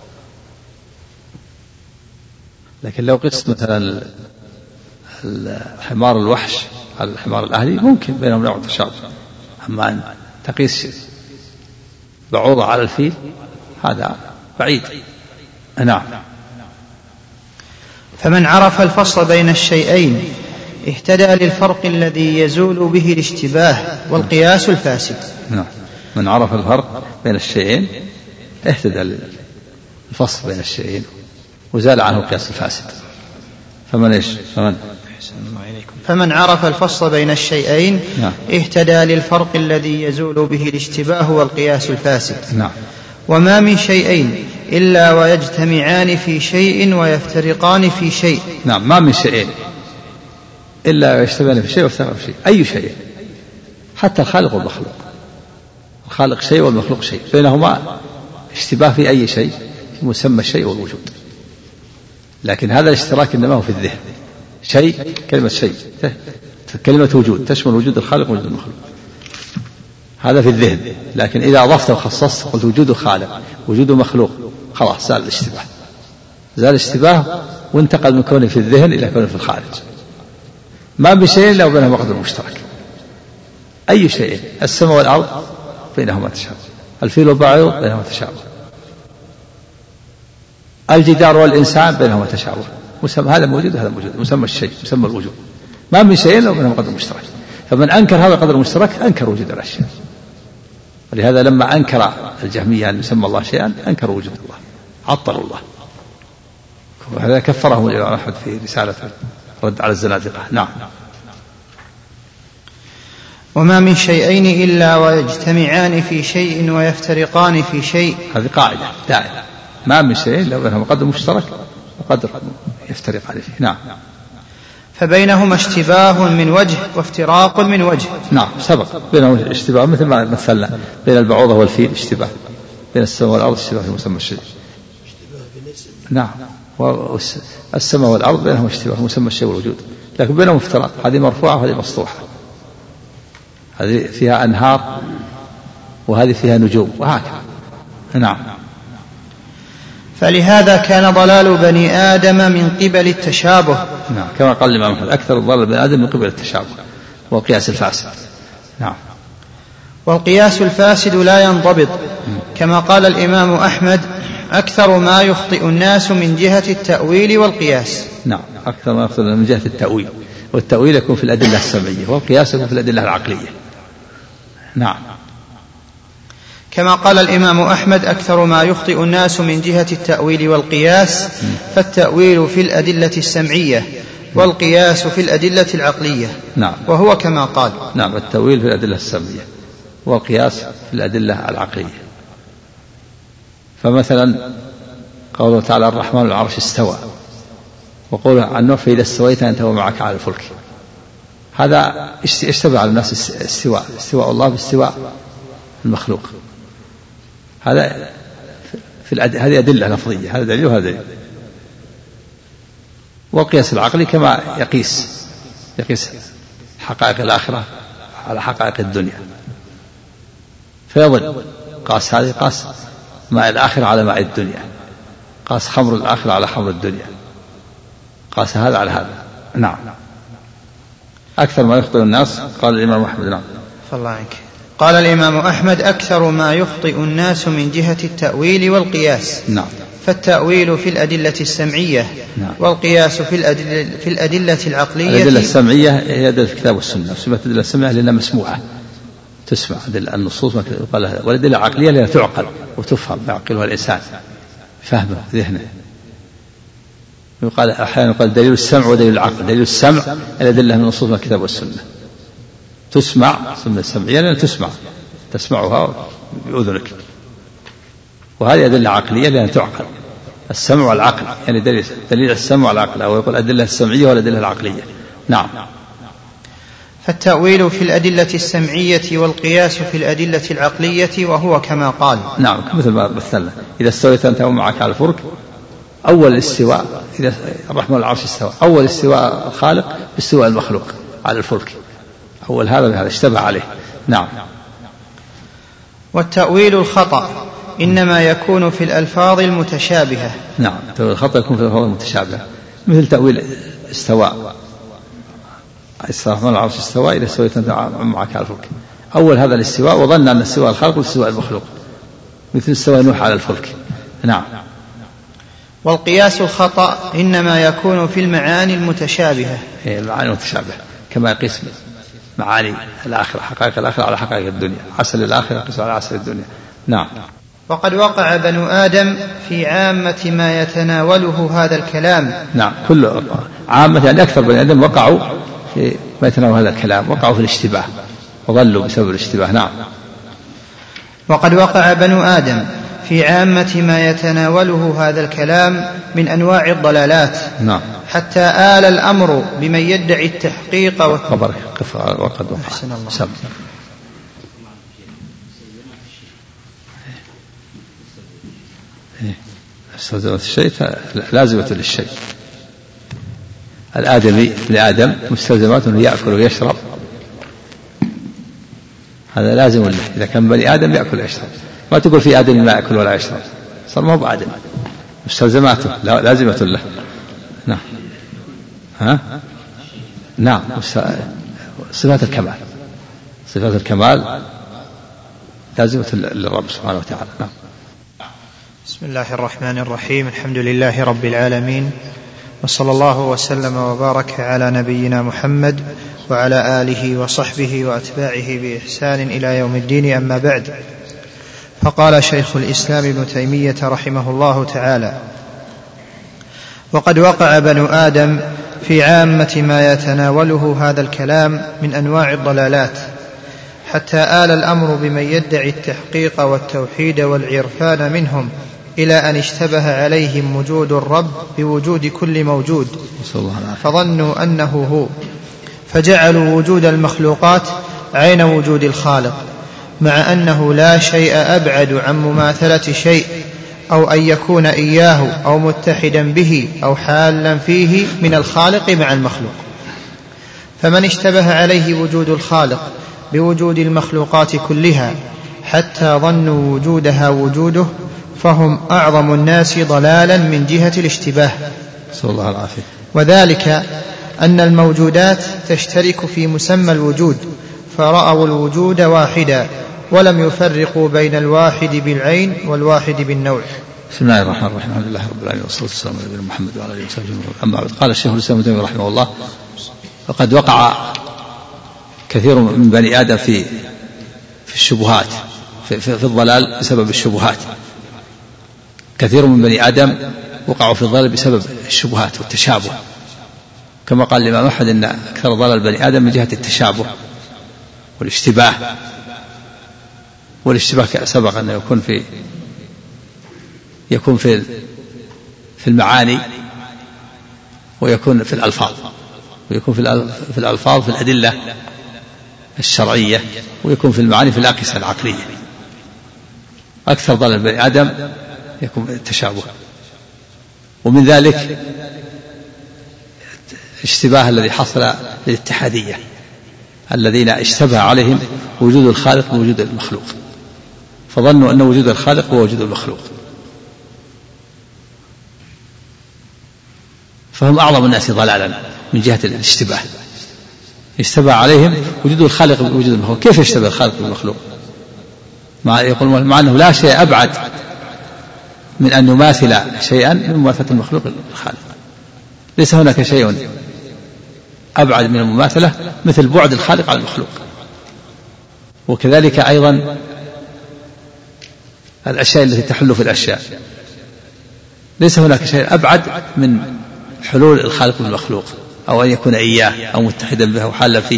لكن لو قست مثلا الحمار الوحش على الحمار الأهلي ممكن بينهم نوع تشابه، أما أن تقيس بعوضة على الفيل هذا بعيد. نعم. فمن عرف الفصل بين الشيئين اهتدى للفرق الذي يزول به الاشتباه والقياس الفاسد. نعم، من عرف الفرق بين الشيئين اهتدى للفصل بين الشيئين وزال عنه القياس الفاسد. فمن عرف الفصل بين الشيئين اهتدى للفرق الذي يزول به الاشتباه والقياس الفاسد. نعم. وما من شيئين إلا ويجتمعان في شيء ويفترقان في شيء. نعم، ما من شيئين إلا ويجتمعان في شيء ويفترقان في شيء. أي شيء، حتى الخالق والمخلوق، الخالق شيء والمخلوق شيء، بينهما اشتباه في أي شيء، في مسمى الشيء والوجود، لكن هذا الاشتراك إنما هو في الذهن. شيء، كلمة شيء، كلمة وجود تشمل وجود الخالق ووجود المخلوق، هذا في الذهن. لكن إذا أضفت وخصصت قلت وجود خالق وجود مخلوق، خلاص زال الاشتباه، زال الاشتباه وانتقل من كونه في الذهن إلى كونه في الخارج. ما بشيء إلا وبينهما قدر مشترك. أي شيء، السماء والأرض بينهما تشابه، الفيل والبعوض بينهما تشابه، الجدار والإنسان بينهما تشابه، هذا موجود وهذا موجود، مسمى الشيء، مسمى الوجود. ما من شيء إلا وبينهما قدر مشترك. فمن أنكر هذا القدر المشترك أنكر وجود الأشياء. ولهذا لما أنكر الجهمية أن يسمى الله شيئا أنكروا وجود الله، عطلوا الله، وهذا كفرهم الإمام أحمد في رسالة رد على الزنادقة. نعم. وما من شيئين إلا ويجتمعان في شيء ويفترقان في شيء. هذه قاعدة دائما، ما من شيء إلا وبينهما قدر مشترك وقدر يفترقان فيه. نعم. فبينهما اشتباه من وجه وافتراق من وجه. نعم، سبق بينهما اشتباه، مثل ما مثلنا بين البعوضة والفيل اشتباه، بين السماء والأرض اشتباه في مسمى الشيء. نعم، والسماء والأرض بينهما اشتباه في مسمى الشيء والوجود، لكن بينهم افتراق، هذه مرفوعة وهذه مسطوحة، هذه فيها أنهار وهذه فيها نجوم، وهكذا. نعم. فلهذا كان ضلال بني آدم من قبل التشابه. نعم، كما قال الإمام أحمد أكثر ضلال بني آدم من قبل التشابه والقياس الفاسد. نعم. والقياس الفاسد لا ينضبط، كما قال الإمام أحمد أكثر ما يخطئ الناس من جهة التأويل والقياس. نعم، أكثر ما يخطئ من جهة التأويل، والتأويل يكون في الأدلة السمعية والقياس يكون في الأدلة العقلية. نعم. كما قال الإمام أحمد أكثر ما يخطئ الناس من جهة التأويل والقياس، فالتأويل في الأدلة السمعية والقياس في الأدلة العقلية. نعم. وهو كما قال. نعم، التأويل في الأدلة السمعية والقياس في الأدلة العقلية. فمثلا قوله تعالى الرحمن على العرش استوى، وقوله عن نوح فإذا استويت أنت ومعك على الفلك، هذا اشتبه على الناس استواء الله باستواء المخلوق، هذا هذه أدلة لفظية، هذا دليل وهذا دليل. والقياس العقلي كما يقيس حقائق الآخرة على حقائق الدنيا، فيظل قاس هذه، قاس ماء الآخرة على ماء الدنيا، قاس خمر الآخرة على خمر الدنيا، قاس هذا على هذا. نعم. أكثر ما يخطئ الناس، قال الإمام أحمد. نعم. فالله عنك. قال الإمام أحمد أكثر ما يخطئ الناس من جهة التأويل والقياس. نعم. فالتأويل في الأدلة السمعية. نعم. والقياس في الأدلة العقلية. الأدلة السمعية هي أدلة الكتاب والسنة، سمعت الأدلة السمعية لأنها مسموعة تسمع النصوص، والأدلة العقلية لأنها تعقل وتفهم يعقلها الإنسان فهمه ذهنه. يقال أحيانا يقال دليل السمع ودليل العقل. دليل السمع الأدلة من النصوص والكتاب والسنة، تسمع سنة السمعية لأن تسمعها بأذنك، وهذه أدلة عقلية لأن تعقل، السمع والعقل، يعني دليل السمع والعقل، أو يقول الأدلة السمعية والأدلة العقلية، نعم. فالتأويل في الأدلة السمعية والقياس في الأدلة العقلية وهو كما قال. نعم مثل ما مثلنا إذا استويت أنت ومعك على الفلك أول الاستواء إذا الرحمن العرش استوى أول استواء الخالق باستواء المخلوق على الفلك أول هذا اشتبه عليه. نعم. والتأويل الخطأ إنما يكون في الألفاظ المتشابهة. نعم تأويل الخطأ يكون في الألفاظ المتشابهة مثل تأويل استواء الرحمن العرش استوى إذا استويت أنت معك على الفلك أول هذا الاستواء وظن أن استواء الخالق واستواء المخلوق مثل استواء نوح على الفلك. نعم. والقياس الخطأ إنما يكون في المعاني المتشابهة. المعاني المتشابهة كما يقيس معاني الآخرة حقائق الآخرة على حقائق الدنيا عسل الآخرة يقيس على عسل الدنيا. نعم. وقد وقع بنو آدم في عامة ما يتناوله هذا الكلام. نعم كل عامة يعني أكثر بني آدم وقعوا في ما يتناول هذا الكلام وقعوا في الاشتباه وضلوا بسبب الاشتباه. نعم. وقد وقع بنو آدم في عامة ما يتناوله هذا الكلام من أنواع الضلالات. نعم. حتى آل الأمر بمن يدعي التحقيق وقد وقع. أحسن الله. استلزمت الشيء لازمة للشيء. الآدمي لآدم مستلزمات يأكل ويشرب هذا لازم له إذا كان بني آدم يأكل ويشرب ما تقول في آدم ما يأكل ولا يشرب صار ما هو بآدم مستلزماته لازمة له. نعم. نعم صفات الكمال صفات الكمال لازمة للرب سبحانه وتعالى. نعم. بسم الله الرحمن الرحيم الحمد لله رب العالمين وصلى الله وسلم وبارك على نبينا محمد وعلى آله وصحبه وأتباعه بإحسان إلى يوم الدين. أما بعد فقال شيخ الإسلام ابن تيمية رحمه الله تعالى وقد وقع بنو آدم في عامة ما يتناوله هذا الكلام من أنواع الضلالات حتى آل الأمر بمن يدعي التحقيق والتوحيد والعرفان منهم إلى أن اشتبه عليهم وجود الرب بوجود كل موجود فظنوا أنه هو فجعلوا وجود المخلوقات عين وجود الخالق مع أنه لا شيء أبعد عن مماثلة شيء أو أن يكون إياه أو متحدا به أو حالا فيه من الخالق مع المخلوق. فمن اشتبه عليه وجود الخالق بوجود المخلوقات كلها حتى ظنوا وجودها وجوده فهم أعظم الناس ضلالا من جهة الاشتباه. صلى الله العافية. وذلك أن الموجودات تشترك في مسمى الوجود فرأوا الوجود واحدا ولم يفرقوا بين الواحد بالعين والواحد بالنوع. بسم الله الرحمن الرحيم الحمد لله رب العالمين والصلاة والسلام على نبينا محمد وعلى آله وصحبه وسلم. أما بعد قال الشيخ الإسلام ابن تيمية رحمه الله وقد وقع كثير من بني آدم في الشبهات في الضلال بسبب الشبهات. كثير من بني آدم وقعوا في الضلال بسبب الشبهات والتشابه كما قال الإمام أحمد إن أكثر ضلال بني آدم من جهة التشابه والاشتباه. والاشتباه سبق أنه يكون في المعاني ويكون في الألفاظ ويكون في الألفاظ في الأدلة الشرعية ويكون في المعاني في الأقيسة العقلية. أكثر ضلال بني آدم يكون التشابه ومن ذلك اشتباه الذي حصل للاتحادية الذين اشتبه عليهم وجود الخالق بوجود المخلوق فظنوا أن وجود الخالق هو وجود المخلوق فهم أعظم الناس ضلالا من جهة الاشتباه. اشتبه عليهم وجود الخالق بوجود المخلوق. كيف يشتبه الخالق بالمخلوق مع أنه لا شيء أبعد من أن نماثل شيئا من مماثلة المخلوق للخالق. ليس هناك شيء أبعد من المماثلة مثل بعد الخالق على المخلوق. وكذلك أيضا الأشياء التي تحل في الأشياء ليس هناك شيء أبعد من حلول الخالق بالمخلوق أو أن يكون إياه أو متحدا به أو حالا فيه.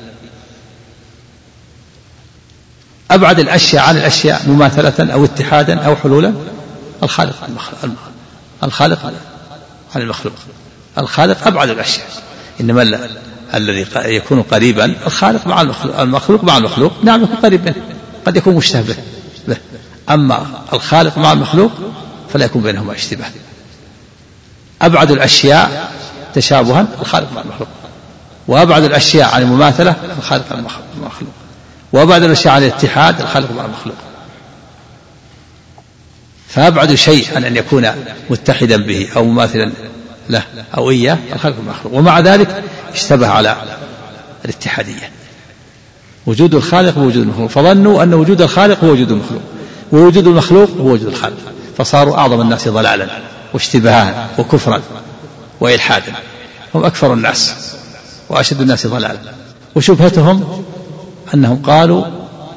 أبعد الأشياء عن الأشياء مماثلة أو اتحادا أو حلولا الخالق عن المخلوق. الخالق أبعد الأشياء إنما الذي يكون قريبا الخالق مع المخلوق مع المخلوق نعم يكون قريب منه، قد يكون مشتبه به. أما الخالق مع المخلوق فلا يكون بينهما اشتباه. أبعد الأشياء تشابها الخالق مع المخلوق، وأبعد الأشياء عن المماثلة الخالق مع المخلوق، وأبعد الأشياء عن الاتحاد الخالق مع المخلوق. فأبعد شيء عن أن يكون متحدا به أو مماثلا له أو إياه الخالق مع المخلوق، ومع ذلك اشتبه على الاتحادية. وجود الخالق ووجود المخلوق، فظنوا أن وجود الخالق هو وجود المخلوق، ووجود المخلوق هو وجود الخالق، فصاروا أعظم الناس ضلالا واشتباها وكفرا وإلحادا. هم أكثر الناس وأشد الناس ضلالا. وشبهتهم أنهم قالوا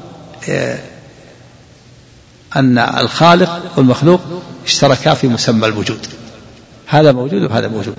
أن الخالق والمخلوق اشتركا في مسمى الوجود، هذا موجود وهذا موجود.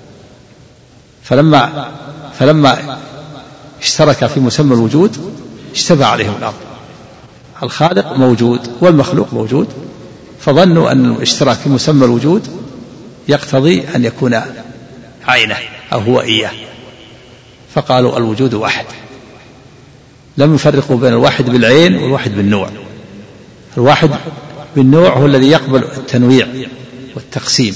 فلما اشترك في مسمى الوجود اشتبه عليهم الأمر. الخالق موجود والمخلوق موجود، فظنوا أن الاشتراك في مسمى الوجود يقتضي أن يكون عينه أو هو إياه، فقالوا الوجود واحد. لم يفرقوا بين الواحد بالعين والواحد بالنوع. الواحد بالنوع هو الذي يقبل التنويع والتقسيم،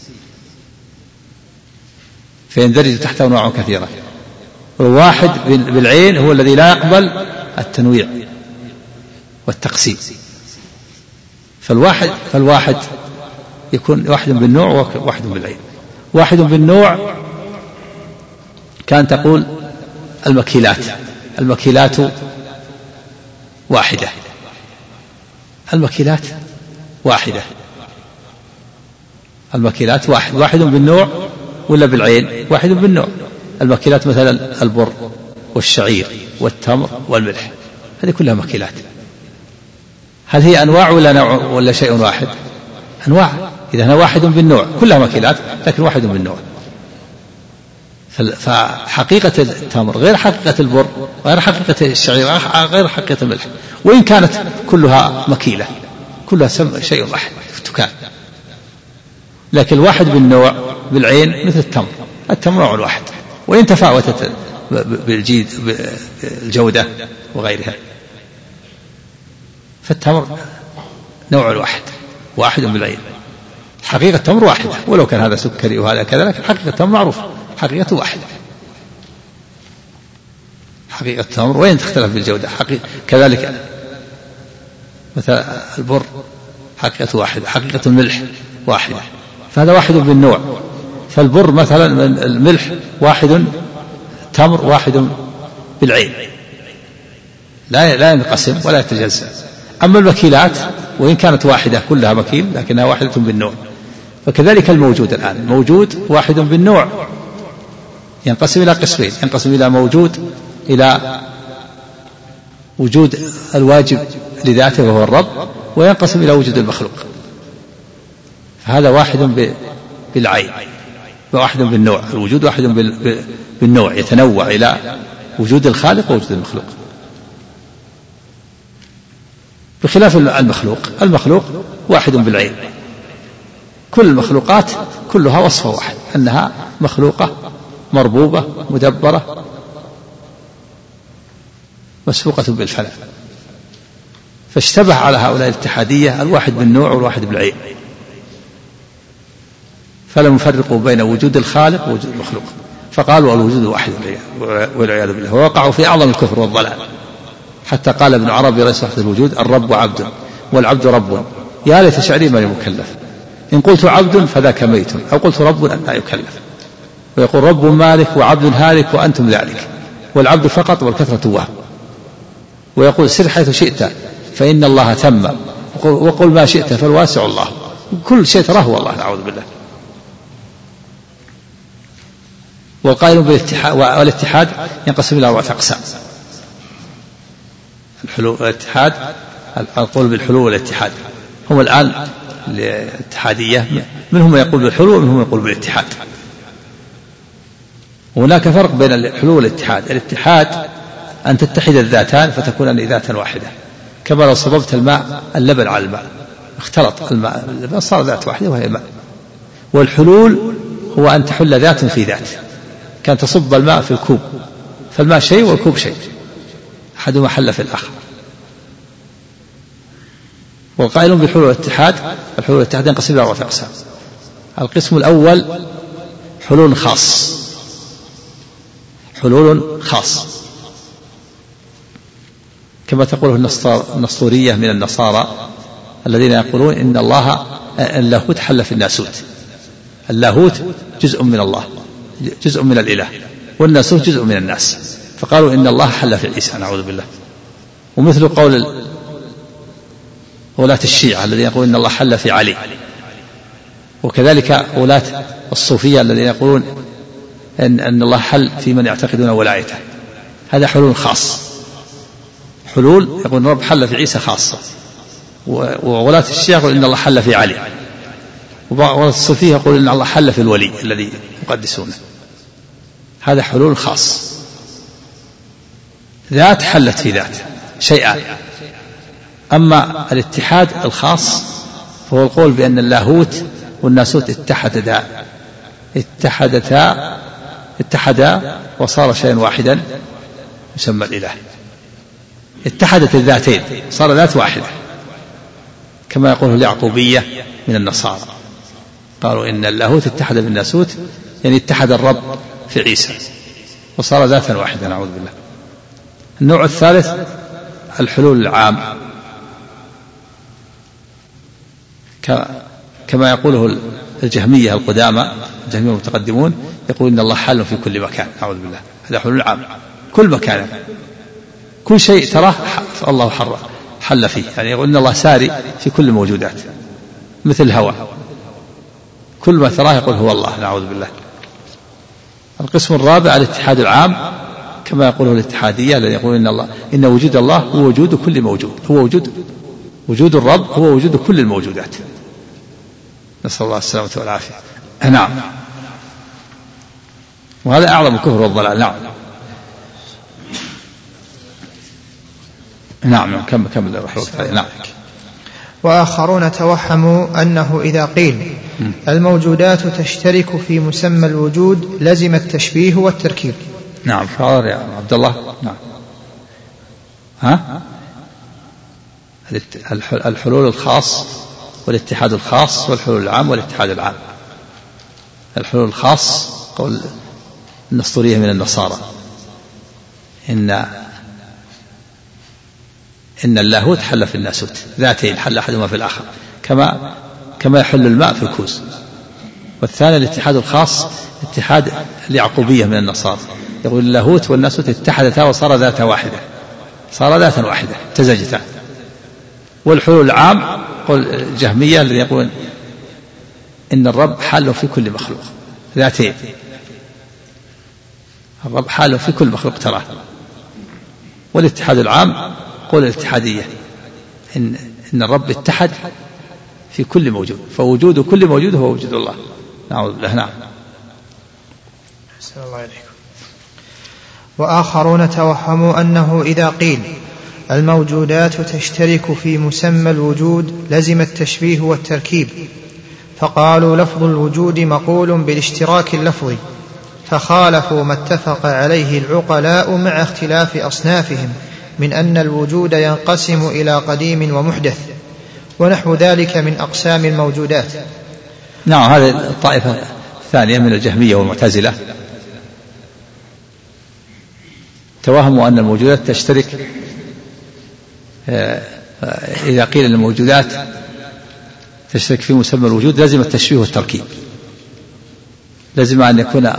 فيندرج تحته أنواع كثيرة. والواحد بالعين هو الذي لا يقبل التنويع والتقسيم. فالواحد يكون واحد بالنوع وواحد بالعين. واحد بالنوع كان تقول المكيلات واحدة، المكيلات واحد بالنوع ولا بالعين؟ واحد بالنوع. المكيلات مثلا البر والشعير والتمر والملح، هذه كلها مكيلات. هل هي أنواع ولا نوع ولا شيء واحد؟ أنواع. إذا أنا واحد بالنوع كلها مكيلات، لكن واحد بالنوع. فحقيقة التمر غير حقيقة البر، غير حقيقة الشعير، غير حقيقة الملح، وإن كانت كلها مكيلة، كلها شيء واحد تكان. لكن الواحد بالنوع بالعين مثل التمر نوع واحد، وإن تفاوتت بالجودة وغيرها، فالتمر نوع واحد بالعين. حقيقة التمر واحدة، ولو كان هذا سكري وهذا كذا، لكن حقيقة التمر معروفة، حقيقة واحدة. حقيقة التمر وين تختلف بالجودة، كذلك مثلا البر حقيقة واحدة، حقيقة الملح واحدة، فهذا واحد بالنوع. فالبر مثلا الملح واحد، تمر واحد بالعين، لا ينقسم ولا يتجزأ. أما المكيلات وإن كانت واحدة كلها مكيل، لكنها واحدة بالنوع. فكذلك الموجود الآن، الموجود واحد بالنوع ينقسم إلى قسمين، ينقسم إلى موجود إلى وجود الواجب لذاته وهو الرب، وينقسم إلى وجود المخلوق. فهذا واحد بالعين وواحد بالنوع. الوجود واحد بالنوع يتنوع إلى وجود الخالق ووجود المخلوق، بخلاف المخلوق واحد بالعين. كل المخلوقات كلها وصفه واحد، أنها مخلوقة مربوبة مدبرة مسبوقة بالفناء. فاشتبه على هؤلاء الاتحادية الواحد بالنوع والواحد بالعين، فلم يفرقوا بين وجود الخالق ووجود المخلوق، فقالوا الوجود واحد والعياذ بالله، ووقعوا في أعظم الكفر والضلال. حتى قال ابن عربي رئيس وحدة الوجود: الرب عبد والعبد رب، يا ليت شعري من المكلف، إن قلت عبد فذاك ميت، أو قلت رب أن لا يكلف. ويقول: رب مالك وعبد هالك وأنتم ذلك، والعبد فقط والكثرة وهم. ويقول: سر حيث شئت فإن الله تم، وقل ما شئت فالواسع الله. كل شيء تراه هو الله، نعوذ بالله. والقائل بالاتحاد، والاتحاد ينقسم إلى 4 أقسام: الحلول والاتحاد، القول بالحلول والاتحاد. هم الآن الاتحادية منهم يقول بالحلول ومنهم يقول بالاتحاد. وهناك فرق بين الحلول والاتحاد. الاتحاد أن تتحد الذاتان فتكون ذاتا واحدة، كما لو صببت اللبن على الماء، اختلط الماء صار ذات واحدة وهي ماء. والحلول هو أن تحل ذات في ذات، كان تصب الماء في الكوب، فالماء شيء والكوب شيء، أحدهما حل في الآخر. والقائلون بحلول الاتحاد، الحلول الاتحاد ينقسم إلى 4 أقسام. القسم الأول حلول خاص، حلول خاص كما تقوله النسطورية من النصارى الذين يقولون إن الله اللاهوت حل في الناسوت. اللاهوت جزء من الله، جزء من الإله، والناسوت جزء من الناس، فقالوا إن الله حل في عيسى، نعوذ بالله. ومثل قول ولاة الشيعة الذين يقولون إن الله حل في علي، وكذلك ولاة الصوفية الذين يقولون أن الله حل في من يعتقدون ولايته. هذا حلول خاص، حلول يقول الرب حل في عيسى خاصة. وولاة الشيعة يقول إن الله حل في علي، وولاة الصوفية يقول إن الله حل في الولي الذي يقدسونه. هذا حلول خاص. ذات حلت في ذات شيئان. أما الاتحاد الخاص فهو القول بأن اللاهوت والناسوت اتحدا وصار شيئا واحدا يسمى الإله. اتحدت الذاتين، صار ذات واحدة، كما يقوله اليعقوبية من النصارى، قالوا إن اللاهوت اتحد بالناسوت، يعني اتحد الرب في عيسى وصار ذاتا واحدة، نعوذ بالله. النوع الثالث الحلول العام، كما يقوله الجهمية القدامى، الجهمية المتقدمون، يقول إن الله حل في كل مكان، نعوذ بالله. هذا حلول عام، كل مكان، كل شيء تراه الله حل فيه، يعني يقول إن الله ساري في كل الموجودات مثل الهواء، كل ما تراه يقول هو الله، نعوذ بالله. القسم الرابع الاتحاد العام، كما يقوله الاتحادية الذين يقولون إن وجود الله هو وجود كل موجود، هو وجود الرب هو وجود كل الموجودات، نسأل الله السلامة والعافية. نعم. وهذا أعظم الكفر والضلال. نعم. نعم. كمل الرحمة. نعم. وآخرون توهموا أنه إذا قيل الموجودات تشترك في مسمى الوجود لزم التشبيه والتركيب. نعم. فعلا يا عبد الله. نعم. الحلول الخاص والاتحاد الخاص، والحلول العام والاتحاد العام. الحلول الخاص قول النسطورية من النصارى إن اللاهوت حل في الناسوت، ذاتين حل أحدهما في الآخر، كما يحل الماء في الكوز. والثاني الاتحاد الخاص اتحاد اليعقوبية من النصارى، يقول اللاهوت والناسوت اتحدتا وصار ذاتا واحدة، صار ذاتا واحدة تزاجتا. والحلول العام قول الجهمية الذين يقولون إن الرب حال في كل مخلوق، ذاتين، الرب حال في كل مخلوق تراه. والاتحاد العام قول الاتحادية إن الرب اتحد في كل موجود، فوجود كل موجود هو وجود الله، نعوذ بالله. نعم. أحسن الله إليكم. وآخرون توهموا أنه إذا قيل الموجودات تشترك في مسمى الوجود لزم التشبيه والتركيب، فقالوا لفظ الوجود مقول بالاشتراك اللفظي، فخالفوا ما اتفق عليه العقلاء مع اختلاف أصنافهم من أن الوجود ينقسم إلى قديم ومحدث ونحو ذلك من أقسام الموجودات. نعم. هذه الطائفة الثانية من الجهمية والمعتزلة توهموا أن الموجودات تشترك، إذا قيل أن الموجودات تشترك في مسمى الوجود لازم التشبيه والتركيب، لازم أن يكون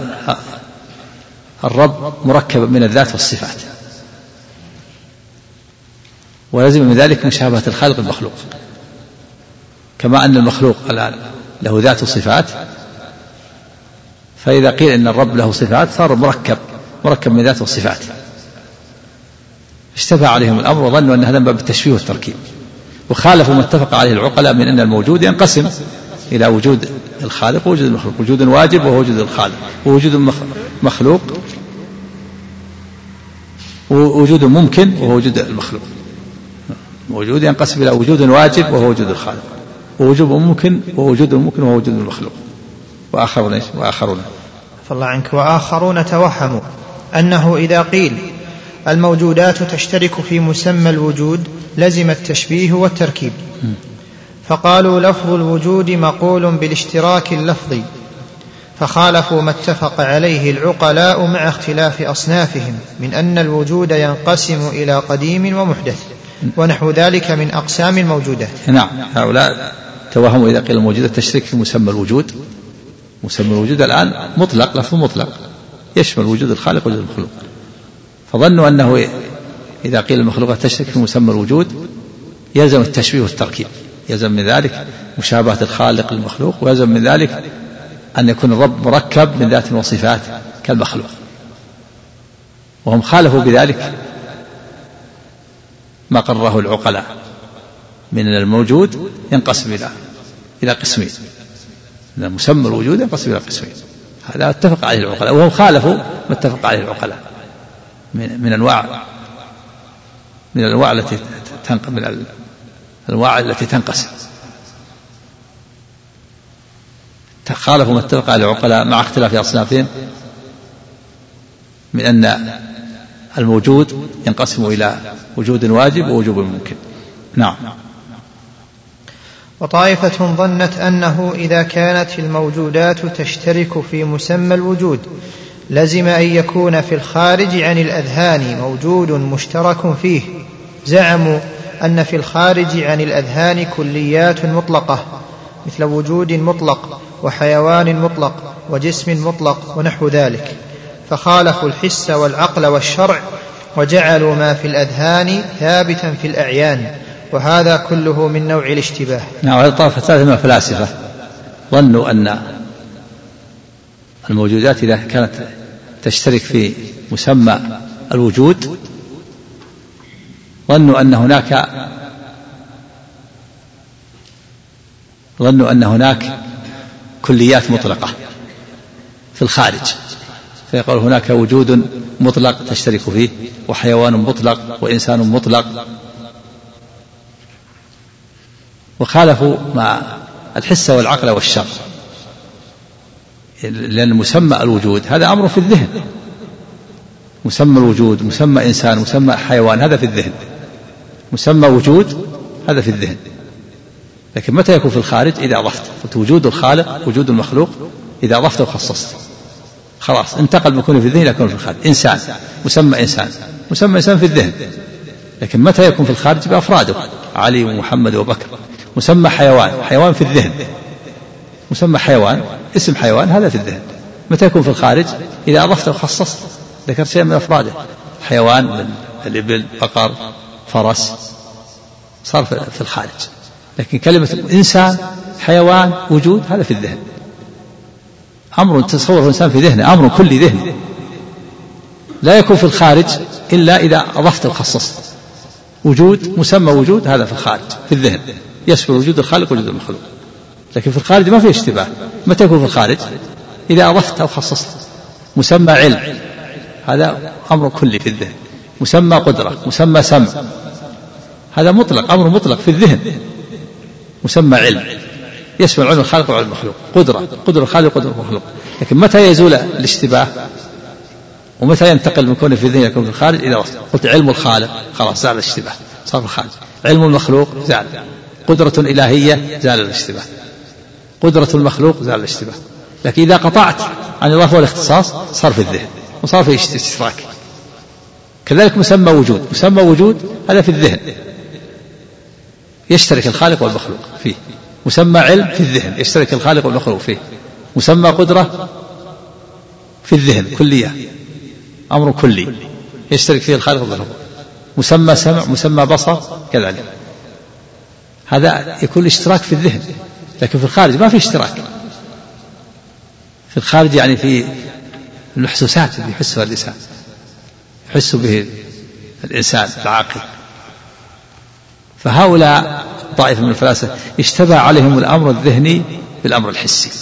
الرب مركب من الذات والصفات، ولازم من ذلك مشابهة الخالق المخلوق، كما أن المخلوق الآن له ذات وصفات، فإذا قيل أن الرب له صفات صار مركب من ذات والصفات. اشتبه عليهم الأمر وظنوا أن هذا من باب التشبيه والتركيب، وخالفوا ما اتفق عليه العقلاء من أن الموجود ينقسم إلى وجود الخالق ووجود المخلوق، وجود واجب وهو وجود الخالق، ووجود مخلوق، ووجود ممكن وهو وجود المخلوق. وجود ينقسم إلى وجود واجب وهو وجود الخالق، ووجود ممكن وهو وجود الممكن وهو وجود المخلوق، وآخرون عفى الله عنك. وآخرون توهموا أنه إذا قيل الموجودات تشترك في مسمى الوجود لزم التشبيه والتركيب، فقالوا لفظ الوجود مقول بالاشتراك اللفظي، فخالفوا ما اتفق عليه العقلاء مع اختلاف أصنافهم من أن الوجود ينقسم إلى قديم ومحدث ونحو ذلك من أقسام الموجودات. نعم، هؤلاء توهموا إذا قيل الموجودات تشترك في مسمى الوجود. مسمى الوجود الآن مطلق، لفظ مطلق يشمل وجود الخالق ووجود المخلوق، فظنوا أنه إذا قيل المخلوقات تشترك في مسمى الوجود يلزم التشبيه والتركيب، يلزم من ذلك مشابهة الخالق للمخلوق، ويلزم من ذلك أن يكون الرب مركب من ذات وصفات كالمخلوق، وهم خالفوا بذلك ما قرره العقلاء من الموجود ينقسم إلى قسمين، مسمى الوجود ينقسم إلى قسمين، هذا اتفق عليه العقلاء، وهم خالفوا ما اتفق عليه العقلاء من الأنواع التي تنقسم. خالفوا ما اتفق عليه العقلاء مع اختلاف أصنافهم من أن الموجود ينقسم إلى وجود واجب ووجوب ممكن. نعم. وطائفة ظنت أنه إذا كانت الموجودات تشترك في مسمى الوجود لزم أن يكون في الخارج عن الأذهان موجود مشترك فيه. زعموا أن في الخارج عن الأذهان كليات مطلقة مثل وجود مطلق وحيوان مطلق وجسم مطلق ونحو ذلك، فخالفوا الحس والعقل والشرع وجعلوا ما في الأذهان ثابتا في الأعيان، وهذا كله من نوع الاشتباه. نعم، وهذه طائفة ثالثة من الفلاسفة ظنوا أن الموجودات إذا كانت تشترك في مسمى الوجود ظنوا أن هناك كليات مطلقة في الخارج، فيقول هناك وجود مطلق تشترك فيه، وحيوان مطلق، وإنسان مطلق، وخالفوا مع الحس والعقل والشرع، لأن مسمى الوجود هذا أمر في الذهن، مسمى الوجود، مسمى إنسان، مسمى حيوان، هذا في الذهن، مسمى وجود هذا في الذهن، لكن متى يكون في الخارج؟ إذا أضفت، وجود الخالق وجود المخلوق إذا أضفت وخصصت خلاص انتقل من كونه في الذهن إلى كونه في الخارج. إنسان، مسمى إنسان، مسمى إنسان في الذهن، لكن متى يكون في الخارج؟ بأفراده، علي ومحمد وبكر. مسمى حيوان، حيوان في الذهن، مسمى حيوان، اسم حيوان، هذا في الذهن. متى يكون في الخارج؟ إذا أضفت وخصصت، ذكرت شيء من أفراده، حيوان من الإبل، بقر، فرس، صار في الخارج. لكن كلمة إنسان، حيوان، وجود، هذا في الذهن، أمر تصور الإنسان في ذهنه، أمر كل ذهن، لا يكون في الخارج إلا إذا أضفت وخصصت. وجود، مسمى وجود، هذا في الخارج في الذهن، يشمل وجود الخالق ووجود المخلوق، لكن في الخارج ما في اشتباه. متى يكون في الخارج؟ إذا أضفت أو خصصت. مسمى علم، هذا أمر كلي في الذهن. مسمى قدرة، مسمى سمع، هذا مطلق، أمر مطلق في الذهن. مسمى علم يشمل علم الخالق وعلم المخلوق، قدرة الخالق وقدرة المخلوق، لكن متى يزول الاشتباه ومتى ينتقل من كونه في الذهن إلى كونه في الخارج؟ إذا قلت علم الخالق خلاص زال الاشتباه، صار في الخارج. علم المخلوق زال، قدرة إلهية زال الاشتباه، قدرة المخلوق زال الاشتباه. لكن إذا قطعت عن الإضافة والاختصاص صار في الذهن وصار في اشتراك. كذلك مسمى وجود، مسمى وجود هذا في الذهن، يشترك الخالق والمخلوق فيه. مسمى علم في الذهن، يشترك الخالق والمخلوق فيه. مسمى قدرة في الذهن كلية، أمر كلي يشترك فيه الخالق والمخلوق. مسمى سمع، مسمى بصر، كذلك هذا يكون اشتراك في الذهن، لكن في الخارج ما في اشتراك. في الخارج يعني في المحسوسات اللي يحسها اللسان، يحس به الإنسان العاقل. فهؤلاء طائفة من الفلاسفة اشتبه عليهم الأمر الذهني بالأمر الحسي،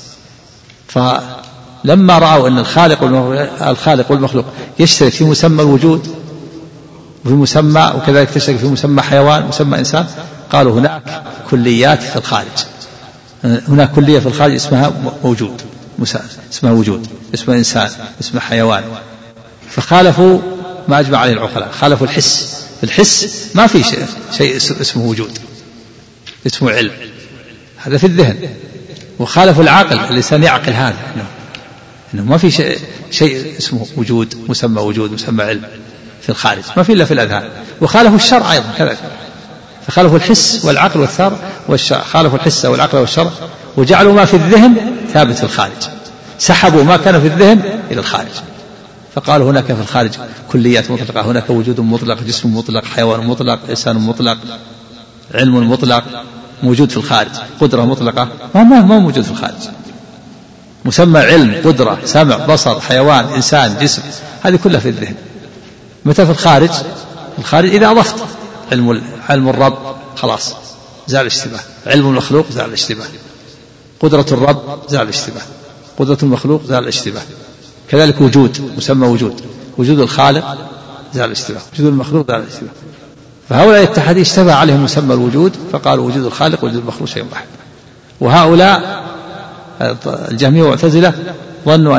فلما رأوا أن الخالق والمخلوق يشترك في مسمى الوجود وفي مسمى، وكذلك تشترك في مسمى حيوان، مسمى إنسان، قالوا هناك كليات في الخارج، هناك كلية في الخارج اسمها موجود، اسمها وجود، اسمها إنسان، اسمها حيوان. فخالفوا ما أجمع عليه العقلاء، خالفوا الحس. الحس ما في شيء اسمه وجود، اسمه علم، هذا في الذهن. وخالفوا العقل، الإنسان يعقل هذا إنه ما في شيء اسمه وجود، مسمى وجود، مسمى علم في الخارج، ما في إلا في الأذهان. وخالفوا الشرع أيضا كذلك، فخالفوا الحس والعقل والثار والشرع، خالفوا الحس والعقل والشرع، وجعلوا ما في الذهن ثابت في الخارج، سحبوا ما كان في الذهن إلى الخارج. فقالوا هناك في الخارج كليات مطلقة، هناك وجود مطلق، جسم مطلق، حيوان مطلق، إنسان مطلق، علم مطلق موجود في الخارج، قدرة مطلقة ما موجود في الخارج. مسمى علم، قدرة، سمع، بصر، حيوان، إنسان، جسم، هذه كلها في الذهن. متى في الخارج؟ الخارج إذا أضفت علم الرب خلاص زال الاشتباه، علم المخلوق زال الاشتباه، قدرة الرب زال الاشتباه، قدرة المخلوق زال الاشتباه. كذلك وجود، مسمى وجود، وجود الخالق زال الاشتباه، وجود المخلوق زال الاشتباه. فهؤلاء الاتحادية اشتبه عليهم مسمى الوجود، فقالوا وجود الخالق ووجود المخلوق شيء واحد. وهؤلاء الجهمية والمعتزلة ظنوا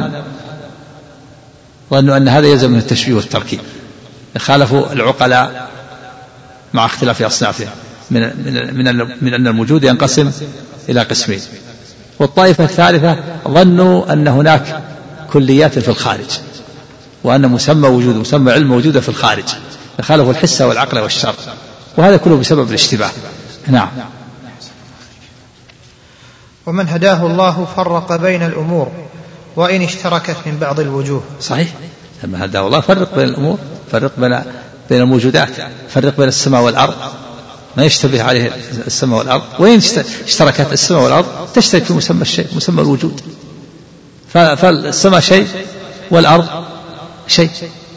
أن هذا يلزم من التشبيه والتركيب، خالفوا العقلاء مع اختلاف أصنافهم من أن الموجود ينقسم إلى قسمين. والطائفة الثالثة ظنوا أن هناك كليات في الخارج، وأن مسمى وجود ومسمى علم موجودة في الخارج، فخالفوا الحس والعقل والشرع، وهذا كله بسبب الاشتباه. نعم. ومن هداه الله فرق بين الأمور وإن اشتركت من بعض الوجوه. صحيح، لما هداه الله فرق بين الأمور، فرق بين الموجودات، فرق بين السماء والأرض، ما يشتبه عليه السماء والأرض. وإن اشتركت السماء والأرض تشترك في مسمى الشيء، مسمى الوجود. فالسماء شيء والأرض شيء،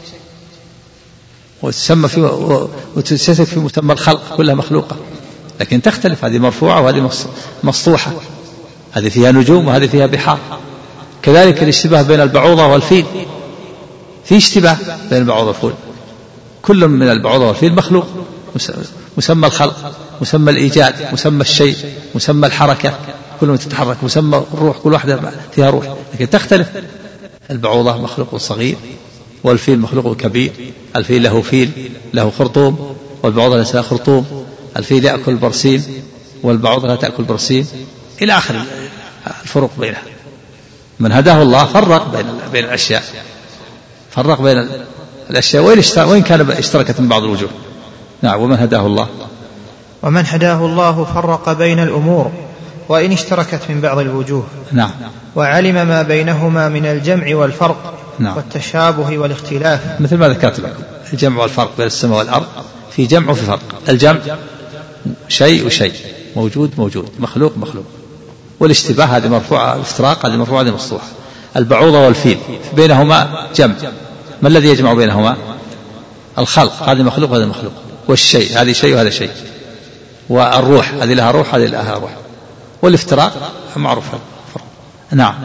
وتشترك في مسمى الخلق، كلها مخلوقة، لكن تختلف، هذه مرفوعة وهذه مسطوحة، هذه فيها نجوم وهذه فيها بحار. كذلك الاشتباه بين البعوضة والفيل، في اشتباه بين البعوضة والفيل، كل من البعوضة والفيل مخلوق، مسمى الخلق، مسمى الإيجاد، مسمى الشيء، مسمى الحركة، كل ما تتحرك، مسمى الروح، كل واحدة فيها روح، لكن تختلف. البعوضة مخلوق صغير، والفيل مخلوق كبير. الفيل له فيل له خرطوم، والبعوضة ليس لها خرطوم. الفيل يأكل برسيم، والبعوضة لا تأكل برسيم، إلى آخر الفروق بينها. من هداه الله فرق بين الأشياء، فرق بين الأشياء وإن كان اشتركت من بعض الوجوه. نعم. ومن هداه الله، ومن هداه الله فرق بين الأمور وإن اشتركت من بعض الوجوه. نعم. وعلم ما بينهما من الجمع والفرق. نعم. والتشابه والاختلاف، مثل ما ذكرت لكم، الجمع والفرق بين السماء والأرض، في جمع وفي فرق. الجمع شيء وشيء، موجود، مخلوق. والاشتباه هذه مرفوعة، الافتراق هذه مرفوعة، هذه مسطوحة. البعوضة والفيل بينهما جمع، ما الذي يجمع بينهما؟ الخلق، هذه مخلوق وهذا مخلوق. والشيء، هذه شيء وهذا شيء. والروح، هذه لها روح هذه لها روح. والافتراق معروف. نعم.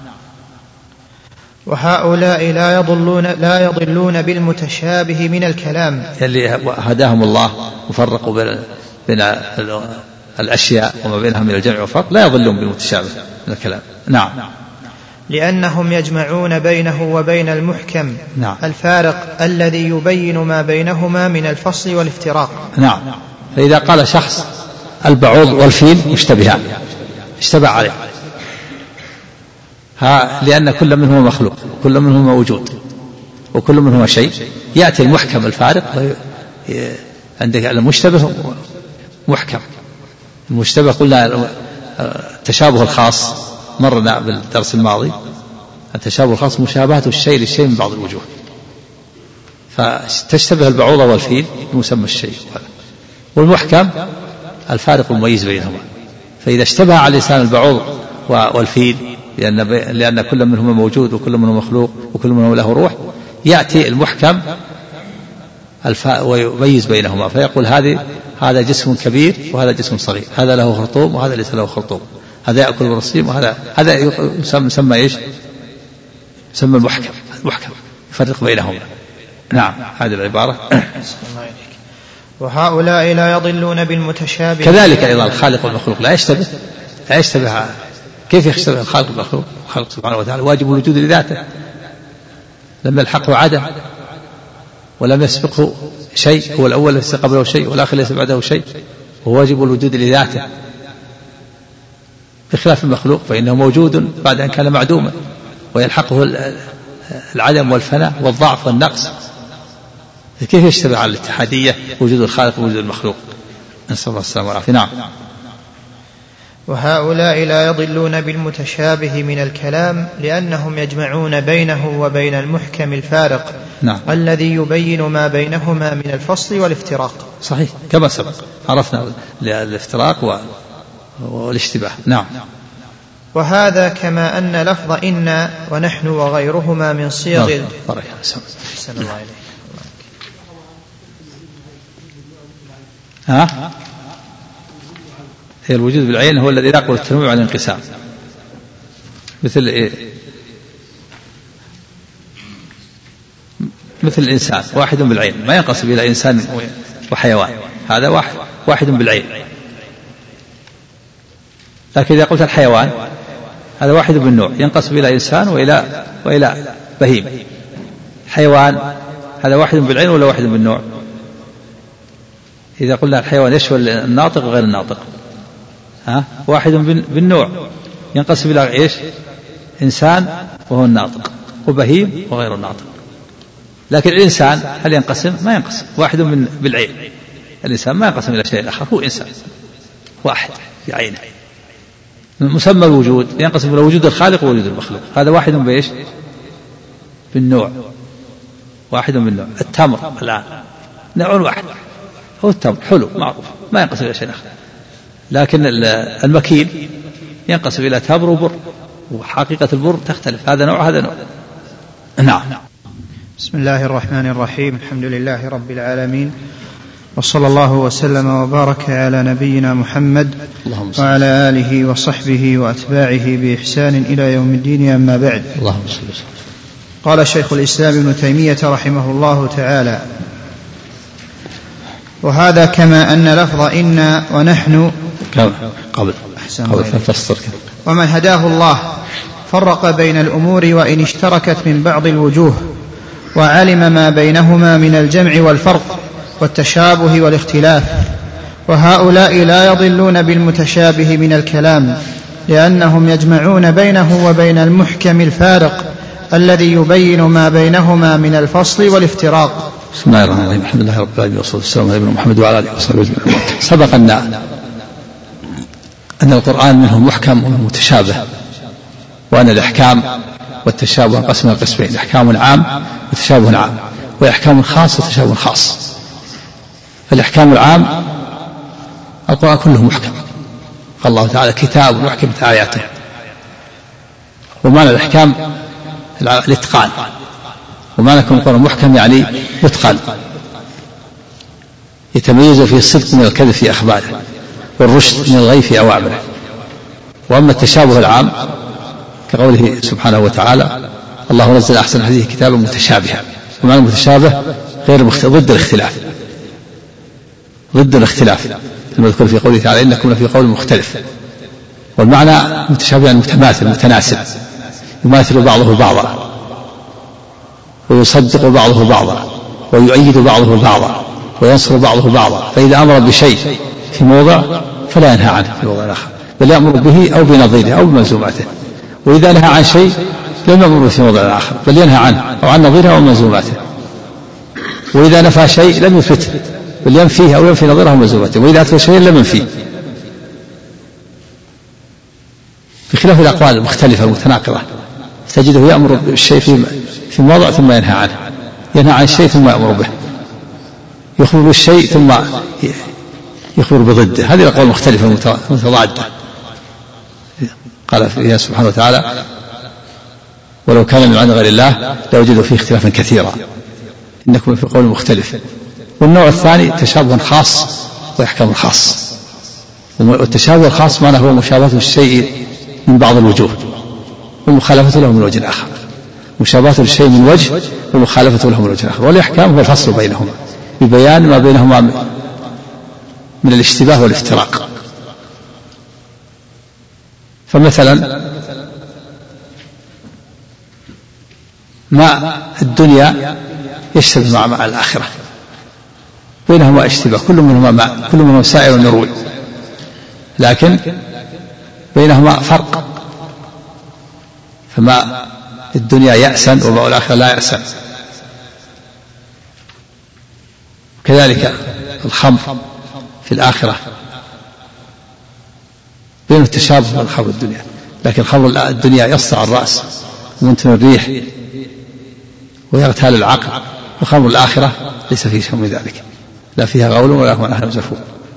وهؤلاء لا يضلون بالمتشابه من الكلام، اللي هداهم الله وفرقوا بين الأشياء وما بينها من الجمع والفرق، لا يضلون بالمتشابه من الكلام. نعم. لأنهم يجمعون بينه وبين المحكم. نعم. الفارق الذي يبين ما بينهما من الفصل والافتراق. نعم. فإذا قال شخص البعوض والفيل مشتبهان، اشتبه عليه، لأن كل منهما مخلوق، كل منهما وجود، وكل منهما شيء، يأتي المحكم الفارق. عندك المشتبه محكم، المشتبه قلنا التشابه الخاص، مرنا بالدرس الماضي، التشابه الخاص مشابهة الشيء للشيء من بعض الوجوه، فتشتبه البعوضة والفيل بمسمى الشيء. والمحكم الفارق المميز بينهما. فإذا اشتبه على لسان البعوض والفيل، لأن كل منهما موجود وكل منهما مخلوق وكل منهما له روح، يأتي المحكم ويميز بينهما، فيقول هذا جسم كبير وهذا جسم صغير، هذا له خرطوم وهذا ليس له خرطوم، هذا يأكل الرصيم وهذا يسمى إيش؟ يسمى المحكم يفرق بينهما. نعم. هذه العبارة. وهؤلاء لا يضلون بالمتشابه. كذلك أيضا الخالق والمخلوق لا يشتبه كيف يختلف الخالق والمخلوق؟ الخالق سبحانه وتعالى واجب الوجود لذاته، لم يلحقه عدم ولم يسبقه شيء، هو الأول ليس قبله شيء والآخر ليس بعده شيء، وهو واجب الوجود لذاته، بخلاف المخلوق فإنه موجود بعد أن كان معدوما ويلحقه العدم والفناء والضعف والنقص. كيف يشتبه على الاتحادية وجود الخالق ووجود المخلوق؟ نسأل الله السلامة والعافية. نعم. وهؤلاء لا يضلون بالمتشابه من الكلام لأنهم يجمعون بينه وبين المحكم الفارق. نعم. الذي يبين ما بينهما من الفصل والافتراق. صحيح كما سبق عرفنا الافتراق والاشتباه. نعم. وهذا كما أن لفظ إن ونحن وغيرهما من صيغ أحسن الله عليه. هي الوجود بالعين هو الذي يقبل التنوع عن الانقسام، مثل الإنسان واحد بالعين ما ينقسم إلى إنسان وحيوان، هذا واحد بالعين. لكن إذا قلت الحيوان هذا واحد بالنوع ينقسم إلى إنسان وإلى بهيم. حيوان هذا واحد بالعين ولا واحد بالنوع؟ إذا قلنا الحيوان يشمل الناطق وغير الناطق، واحد بالنوع ينقسم إلى إيش؟ إنسان وهو الناطق، وبهيم وغير الناطق. لكن الإنسان هل ينقسم؟ ما ينقسم، واحد بالعين. الإنسان ما ينقسم إلى شيء آخر، هو إنسان واحد في عينه. مسمى الوجود ينقسم إلى وجود الخالق ووجود المخلوق، هذا واحد بإيش؟ بالنوع، واحد بالنوع. التمر الآن نوع واحد هو التمر، حلو معروف ما ينقسم إلى شيء آخر. لكن المكيل ينقسم إلى تمر وبر، وحقيقة البر تختلف، هذا نوع هذا نوع. نعم. بسم الله الرحمن الرحيم. الحمد لله رب العالمين، وصلى الله وسلم وبارك على نبينا محمد وعلى آله وصحبه وأتباعه بإحسان إلى يوم الدين. أما بعد. اللهم صل وسلم. قال شيخ الإسلام ابن تيمية رحمه الله تعالى: وهذا كما أن لفظ إن ونحن قبل ومن هداه الله فرق بين الأمور وإن اشتركت من بعض الوجوه، وعلم ما بينهما من الجمع والفرق والتشابه والاختلاف. وهؤلاء لا يضلون بالمتشابه من الكلام لأنهم يجمعون بينه وبين المحكم الفارق الذي يبين ما بينهما من الفصل والافتراق. بسم الله الرحمن الرحيم. الحمد لله رب العالمين والصلاة والسلام على نبينا محمد وعلى آله وصحبه أجمعين. سبق أن القرآن منه محكم ومتشابه، وأن الإحكام والتشابه انقسم إلى قسمين: إحكام عام وتشابه عام، وإحكام خاص وتشابه خاص. فالإحكام العام القرآن كله محكم، قال الله تعالى: كتاب محكمت آياته. ومعنى الإحكام الإتقان، ومعنى كون القرآن محكم يعني متقن، يتميز فيه الصدق من الكذب في أخباره، والرشد من الغي في أوامره. وأما التشابه العام كقوله سبحانه وتعالى: الله نزل أحسن الحديث كتابا متشابها. ومعنى المتشابه غير ضد الاختلاف المذكور في قوله تعالى: إنكم لفي قول مختلف. والمعنى متشابه يعني متماثل متناسب، يماثل بعضه بعضا، ويصدق بعضه بعضا، ويؤيد بعضه بعضا، وينصر بعضه بعضا. فإذا أمر بشيء في موضع فلا ينهى عنه في موضع آخر، بل يأمر به أو بنظيره أو بملزوماته. وإذا نهى عن شيء لم يأمر في موضع آخر، بل ينهى عنه أو عن نظيره أو ملزوماته. وإذا نفى شيء لم يثبته، بل ينفيه أو ينفي نظيره أو ملزوماته. وإذا أثبت شيء لم ينفيه، بخلاف الأقوال المختلفة المتناقضة تجده يأمر بالشيء في موضع ثم ينهى عنه، ينهى عن الشيء ثم يأمر به، يخبر بالشيء ثم يخبر بضده. هذه الأقوال المختلفة متضادة. قال فيها سبحانه وتعالى: ولو كان من عند غير الله لوجدوا فيه اختلافا كثيرا إنكم في قول مختلف. والنوع الثاني تشابه خاص وإحكام خاص. والتشابه الخاص معناه هو مشابهة الشيء من بعض الوجوه ومخالفته له من وجه آخر، مشابهة الشيء من وجه ومخالفته له من وجه آخر. والإحكام هو الفصل بينهما ببيان ما بينهما من الاشتباه والافتراق. فمثلا ماء الدنيا يشتبه مع الآخرة، بينهما اشتباه، كل منهما ماء، كل منهما سائل يروي، لكن بينهما فرق، فماء الدنيا يأسن وماء الآخرة لا يأسن. كذلك الخمر في الآخرة بين التشابه من خمر الدنيا، لكن خمر الدنيا يصدع الرأس ومنتن الريح ويغتال العقل، وخمر الآخرة ليس فيه شيء من ذلك، لا فيها غول ولا هو نهر جفور.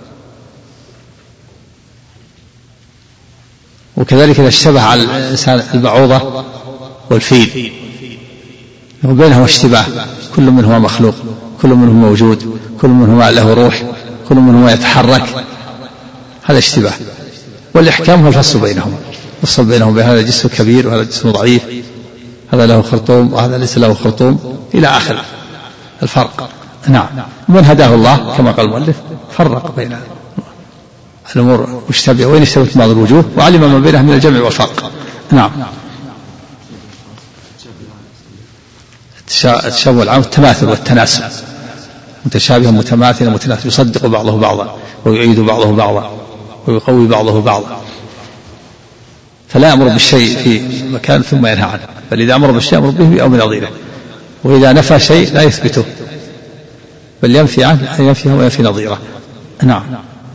وكذلك إذا اشتبه على الإنسان البعوضة والفيل وبينهما اشتباه، كل منهما مخلوق، كل منهما موجود، كل منهما له روح، كل منهما يتحرك، هذا اشتباه. والإحكام هو الفصل بينهم، الفصل بينهم بهذا جسم كبير وهذا جسم ضعيف، هذا له خرطوم وهذا ليس له خرطوم، إلى آخر الفرق. نعم. من هداه الله كما قال المؤلف فرق بين الأمور مشتبهة وإن اشتبهت بعض الوجوه وعلم ما بينها من الجمع والفرق. نعم. التشابه العام التماثل والتناسب، متشابه متماثل متناسب، يصدق بعضه بعضا ويعيد بعضه بعضا ويقوي بعضه بعضا، فلا يأمر بالشيء في مكان ثم ينهى عنه، بل إذا أمر بالشيء أمر به أو بنظيره، وإذا نفى شيء لا يثبته بل ينفي عنه، ينفيه وينفي نظيره. نعم.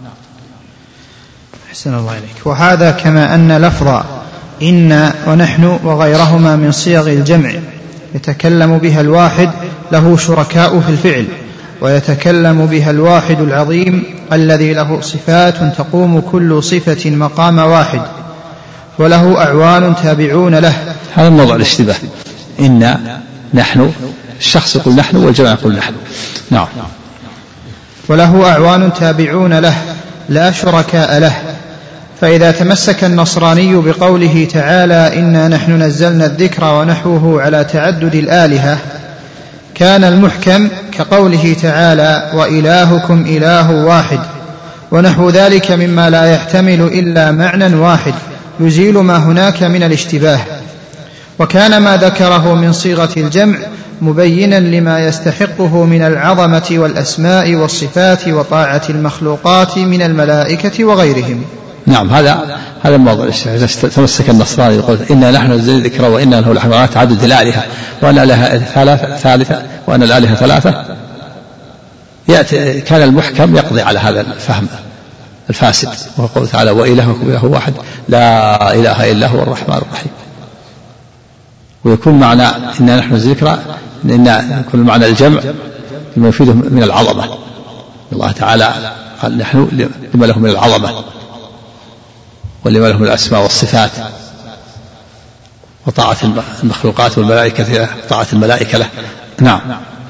أحسن الله إليك. وهذا كما أن لفظ إن ونحن وغيرهما من صيغ الجمع يتكلم بها الواحد له شركاء في الفعل، ويتكلم بها الواحد العظيم الذي له صفات تقوم كل صفة مقام واحد وله أعوان تابعون له. هذا موضع الاشتباه، إن نحن، الشخص يقول نحن والجمع يقول نحن. نعم. وله أعوان تابعون له لا شركاء له. فإذا تمسك النصراني بقوله تعالى إنا نحن نزلنا الذكر ونحوه على تعدد الآلهة، كان المحكم كقوله تعالى وإلهكم إله واحد ونحو ذلك مما لا يحتمل إلا معنى واحد يزيل ما هناك من الاشتباه. وكان ما ذكره من صيغة الجمع مبينا لما يستحقه من العظمة والأسماء والصفات وطاعة المخلوقات من الملائكة وغيرهم. نعم. هذا موضوع الاشتباه. إذا تمسك النصراني يقول إنا نحن نزلنا الذكر وإنا له لحافظون تعدد الآلهة وأن الآلهة ثالثة وأن الآلهة ثلاثة، يأتي كان المحكم يقضي على هذا الفهم الفاسد، وهو قوله تعالى وإلهكم إله واحد لا إله إلا هو الرحمن الرحيم. ويكون معنى إنا نحن الذكر إن يكون معنى الجمع بما يفيده من العظمة. الله تعالى قال نحن لما له من العظمة ولما له من الأسماء والصفات وطاعة المخلوقات والملائكة، طاعة الملائكة له. نعم.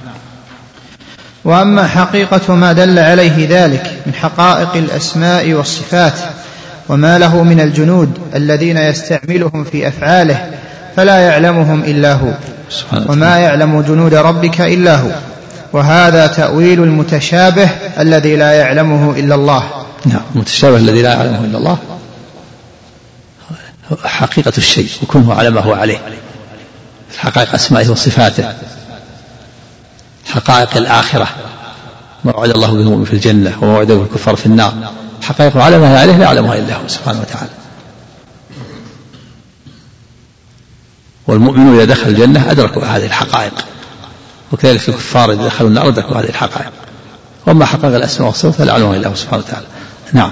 وأما حقيقة ما دل عليه ذلك من حقائق الأسماء والصفات وما له من الجنود الذين يستعملهم في أفعاله فلا يعلمهم إلا هو، وما يعلم جنود ربك إلا هو، وهذا تأويل المتشابه الذي لا يعلمه إلا الله. نعم. المتشابه الذي لا يعلمه إلا الله حقيقة الشيء وكونه على ما هو عليه، حقائق أسمائه وصفاته، حقائق الآخرة ما وعد الله بالمؤمن في الجنة وما وعده بالكفار في النار، حقائق على ما هي عليه لا يعلمها إلا هو سبحانه وتعالى. والمؤمنون إذا دخل الجنة أدركوا هذه الحقائق، وكذلك الكفار إذا دخلوا النار أدركوا هذه الحقائق، وما حقائق الأسماء والصفات فلا يعلمها إلا هو سبحانه وتعالى. نعم.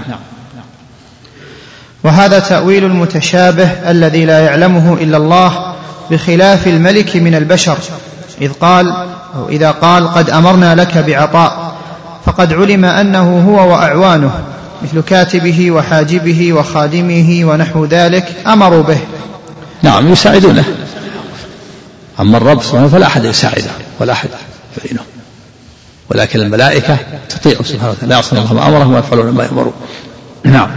وهذا تأويل المتشابه الذي لا يعلمه إلا الله، بخلاف الملك من البشر إذا قال قد أمرنا لك بعطاء، فقد علم أنه هو وأعوانه مثل كاتبه وحاجبه وخادمه ونحو ذلك أمروا به. نعم. يساعدونه. أما الرب سبحانه فلا أحد يساعده ولا أحد يعينه، ولكن الملائكة تطيع سبحانه وتعالى لا يعصون الله ما أمرهم ويفعلون ما يأمرون. نعم.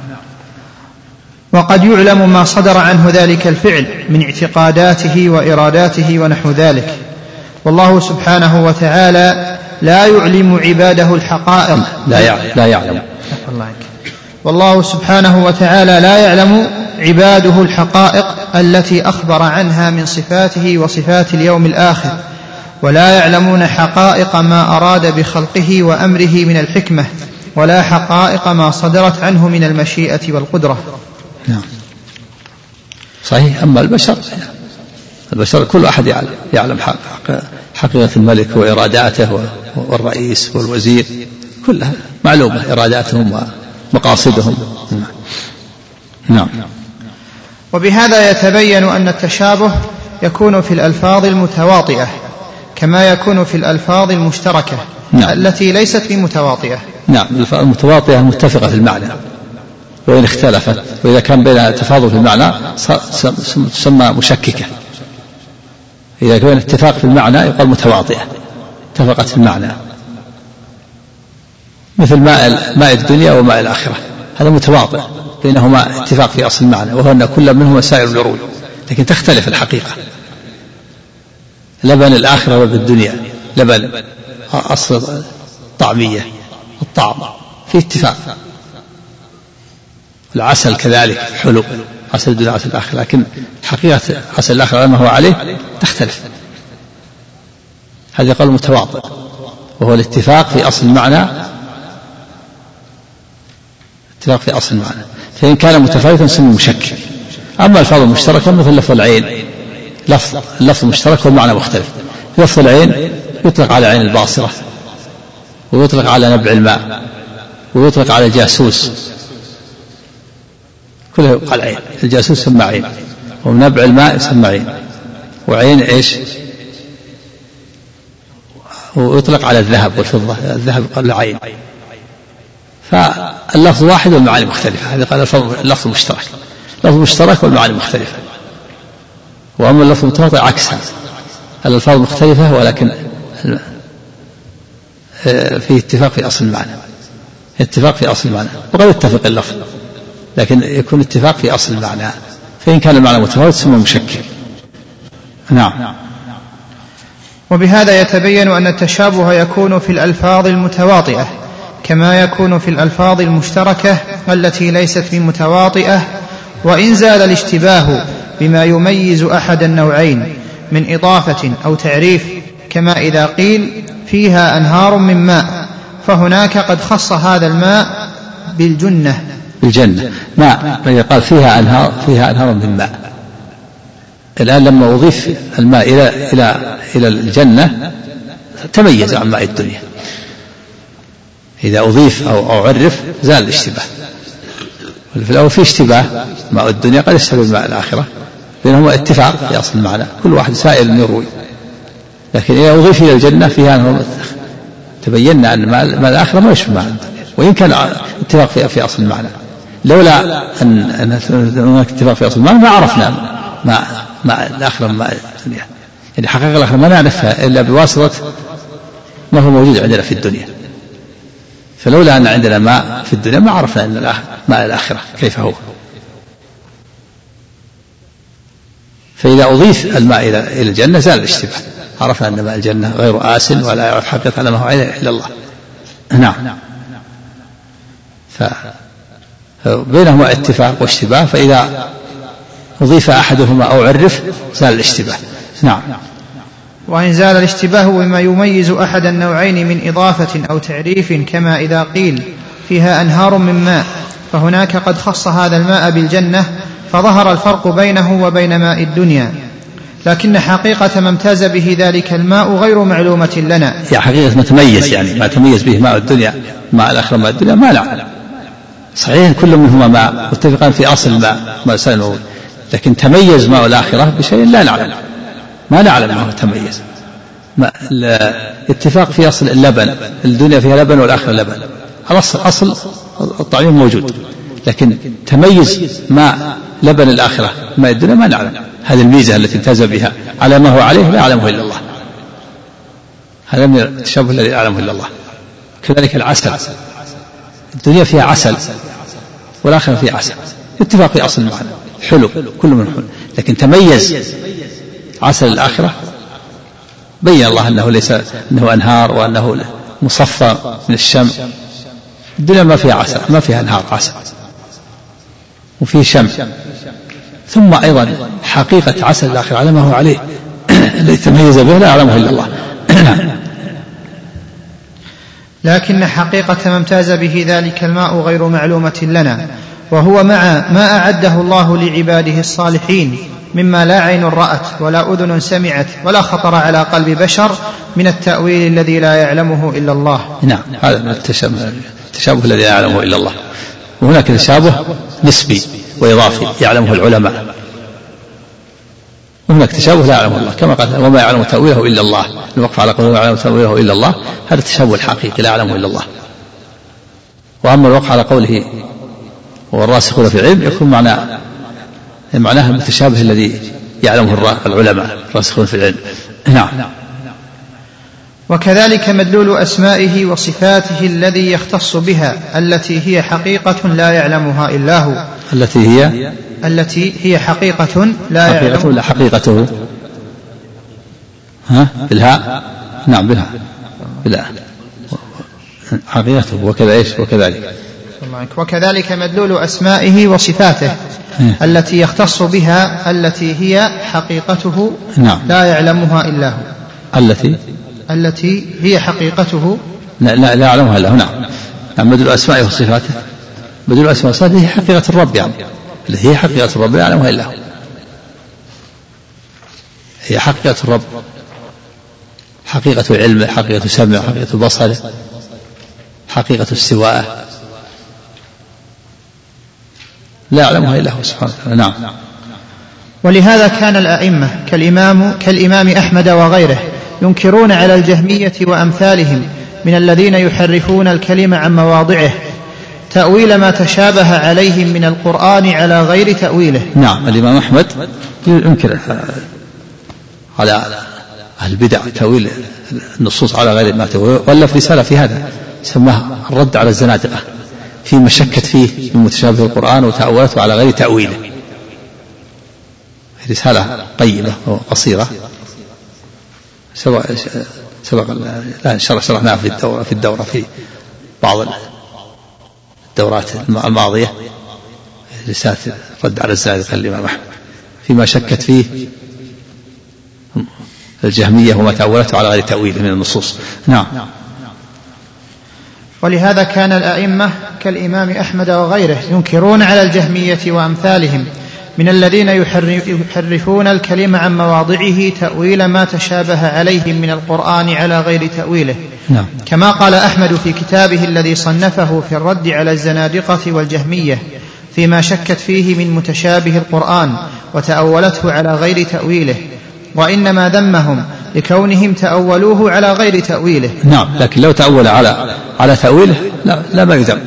وقد يعلم ما صدر عنه ذلك الفعل من اعتقاداته وإراداته ونحو ذلك، والله سبحانه وتعالى لا يعلم عباده الحقائق. لا يعلم. والله سبحانه وتعالى لا يعلم عباده الحقائق التي أخبر عنها من صفاته وصفات اليوم الآخر، ولا يعلمون حقائق ما أراد بخلقه وأمره من الحكمة، ولا حقائق ما صدرت عنه من المشيئة والقدرة. نعم صحيح. أما البشر كل أحد يعلم حقيقة الملك وإراداته والرئيس والوزير، كلها معلومة إراداتهم ومقاصدهم. نعم. وبهذا يتبين أن التشابه يكون في الألفاظ المتواطئة كما يكون في الألفاظ المشتركة. نعم. التي ليست بمتواطئة. نعم الألفاظ المتواطئة متفقة في المعنى، وإن اختلفت، وإذا كان بينها تفاضل في المعنى تسمى مشككة. إذا كان اتفاق في المعنى يقال متواطئة، اتفقت في المعنى، مثل ماء الدنيا وماء الآخرة، هذا متواطئ بينهما اتفاق في أصل المعنى، وهو أن كل منهما سائر الورود، لكن تختلف الحقيقة. لبن الآخرة ولبن الدنيا، لبن أصل طعمية، الطعم في اتفاق. العسل كذلك حلو، عسل الدنيا عسل الآخرة، لكن حقيقة عسل الآخرة ما هو عليه تختلف. هذا يقال متواطئ، وهو الاتفاق في أصل المعنى، اتفاق في أصل المعنى. فإن كان متفاوتا سمي مشكك. أما الألفاظ المشتركة مثل لفظ العين، اللفظ مشترك والمعنى مختلف. لفظ العين يطلق على عين الباصرة، ويطلق على نبع الماء، ويطلق على الجاسوس، كله يقال عين. الجاسوس يسمى عين، ونبع الماء يسمى عين، وعين ايش؟ ويطلق على الذهب والفضة، الذهب يقال له عين. فاللفظ واحد والمعاني مختلفة. هذا قال اللفظ مشترك، لفظ مشترك والمعاني مختلفة. وأما اللفظ المتواطئ عكسها، الألفاظ مختلفة ولكن في اتفاق في أصل المعنى، اتفاق في أصل المعنى، وقد يتفق اللفظ لكن يكون اتفاق في أصل المعنى. فإن كان المعنى متفاوت ثم مشكل. نعم. وبهذا يتبين أن التشابه يكون في الألفاظ المتواطئة كما يكون في الألفاظ المشتركة التي ليست بمتواطئة، وإن زال الاشتباه بما يميز أحد النوعين من إضافة أو تعريف، كما إذا قيل فيها أنهار من ماء، فهناك قد خص هذا الماء بالجنة ماء. قال فيها أنهار من ماء. الآن لما أضيف الماء إلى الجنة تميز عن ماء الدنيا. إذا أضيف أو عرف زال الاشتباه. في الأول في اشتباه، ماء الدنيا قد يشتبه بماء الآخرة، بينهما اتفاق في أصل المعنى، كل واحد سائل يروي. لكن إذا أضيف إلى الجنة فيها أنهار، تبينا أن ماء الآخرة ما يشبه ماء الدنيا، وإن كان اتفاق في أصل المعنى. لولا أن هناك اتفاق في أصل المعنى ما عرفنا ماء الآخرة من ماء الدنيا. يعني حقيقة الآخرة ما نعرفها إلا بواسطة ما هو موجود عندنا في الدنيا. فلولا أن عندنا ماء في الدنيا ما عرفنا أن ماء الآخرة كيف هو. فإذا أضيف الماء إلى الجنة زال الاشتباه، عرفنا أن ماء الجنة غير آسن ولا يعرف حقيقة على ما هو عليه إلا الله. نعم. فبينهما اتفاق واشتباه، فإذا أضيف أحدهما أو عرف زال الاشتباه. نعم. وإن زال الاشتباه بما يميز أحد النوعين من إضافة أو تعريف، كما إذا قيل فيها أنهار من ماء، فهناك قد خص هذا الماء بالجنة، فظهر الفرق بينه وبين ماء الدنيا. لكن حقيقة ما امتاز به ذلك الماء غير معلومة لنا. حقيقة ما تميز، يعني ما تميز به ماء الدنيا ماء الآخرة ماء الدنيا ما نعلم. صحيح كل منهما ماء، متفقان في أصل ماء سائل، لكن تميز ماء الآخرة بشيء لا نعلم، ما نعلم ما هو تميز. الاتفاق في أصل اللبن، الدنيا فيها لبن والآخرة لبن، أصل الطعام موجود، لكن تميز ماء لبن الآخرة ماء الدنيا ما نعلم. هذه الميزة التي امتاز بها على ما هو عليه لا يعلمه إلا الله. هذا من التشابه الذي لا يعلمه إلا الله. كذلك العسل، الدنيا فيها عسل والآخرة فيها عسل، اتفاق في أصل المعنى حلو، كل من حلو، لكن تميز عسل الآخرة، بين الله أنه ليس أنه أنهار وأنه مصفى من الشمع الدنيا ما فيها عسل، ما فيها انهار عسل وفيه شمس. ثم أيضا حقيقة عسل الآخر على ما هو عليه الذي تميز به لا يعلمه إلا الله. لكن حقيقة ما امتاز به ذلك الماء غير معلومة لنا، وهو مع ما أعده الله لعباده الصالحين مما لا عين رأت ولا أذن سمعت ولا خطر على قلب بشر من التأويل الذي لا يعلمه إلا الله. نعم، هذا من التشابه الذي لا يعلمه إلا الله. وهناك تشابه نسبي وإضافي يعلمه العلماء، وهناك تشابه لا يعلمه الله، كما قال وما يعلم تأويله إلا الله، الوقف على قوله وما يعلم تأويله إلا الله، هذا التشابه الحقيقي لا يعلمه إلا الله. وأما الوقف على قوله والراسخون في العلم يكون معناه المتشابه الذي يعلمه العلماء الراسخون في العلم. نعم. وكذلك مدلول أسمائه وصفاته الذي يختص بها التي هي حقيقة لا يعلمها إلا هو، التي هي حقيقة لا يعلمها ولا حقيقته بالهاء. نعم بالهاء حقيقته وكذا إيش وكذلك. وكذلك مدلول أسمائه وصفاته التي يختص بها التي هي حقيقته لا يعلمها إلا هو، التي هي حقيقته لا يعلمها إلا هو. نعم. مدلول أسمائه وصفاته، مدلول أسمائه وصفاته هي حقيقة الرب، يعني التي هي حقيقة الرب لا يعلمها إلا هو، هي حقيقة الرب، حقيقة علمه، حقيقة سمعه، حقيقة بصره، حقيقة استواءه لا يعلمها إلا هو سبحانه وتعالى. نعم. ولهذا كان الأئمة كالإمام أحمد وغيره ينكرون على الجهمية وأمثالهم من الذين يحرفون الكلمة عن مواضعه تأويل ما تشابه عليهم من القرآن على غير تأويله. نعم، الإمام أحمد ينكر على أهل البدع تأويل النصوص على غير ما تأويله، وألف رسالة في هذا سماها الرد على الزنادقة فيما شكت فيه من متشابه القرآن وتأولته على غير تأويله. رسالة طيبة وقصيرة سبق لا شرحناها في الدورة في بعض الدورات الماضية، رسالة رد على الزنادقة الإمام أحمد فيما شكت فيه الجهمية وما تأولته على غير تأويله من النصوص. نعم. ولهذا كان الأئمة كالإمام أحمد وغيره ينكرون على الجهمية وأمثالهم من الذين يحرفون الكلمة عن مواضعه تأويل ما تشابه عليهم من القرآن على غير تأويله. نعم. كما قال أحمد في كتابه الذي صنفه في الرد على الزنادقة والجهمية فيما شكت فيه من متشابه القرآن وتأولته على غير تأويله، وإنما ذمهم لكونهم تأولوه على غير تأويله. نعم، لكن لو تأول على تأويله لا ما يذم.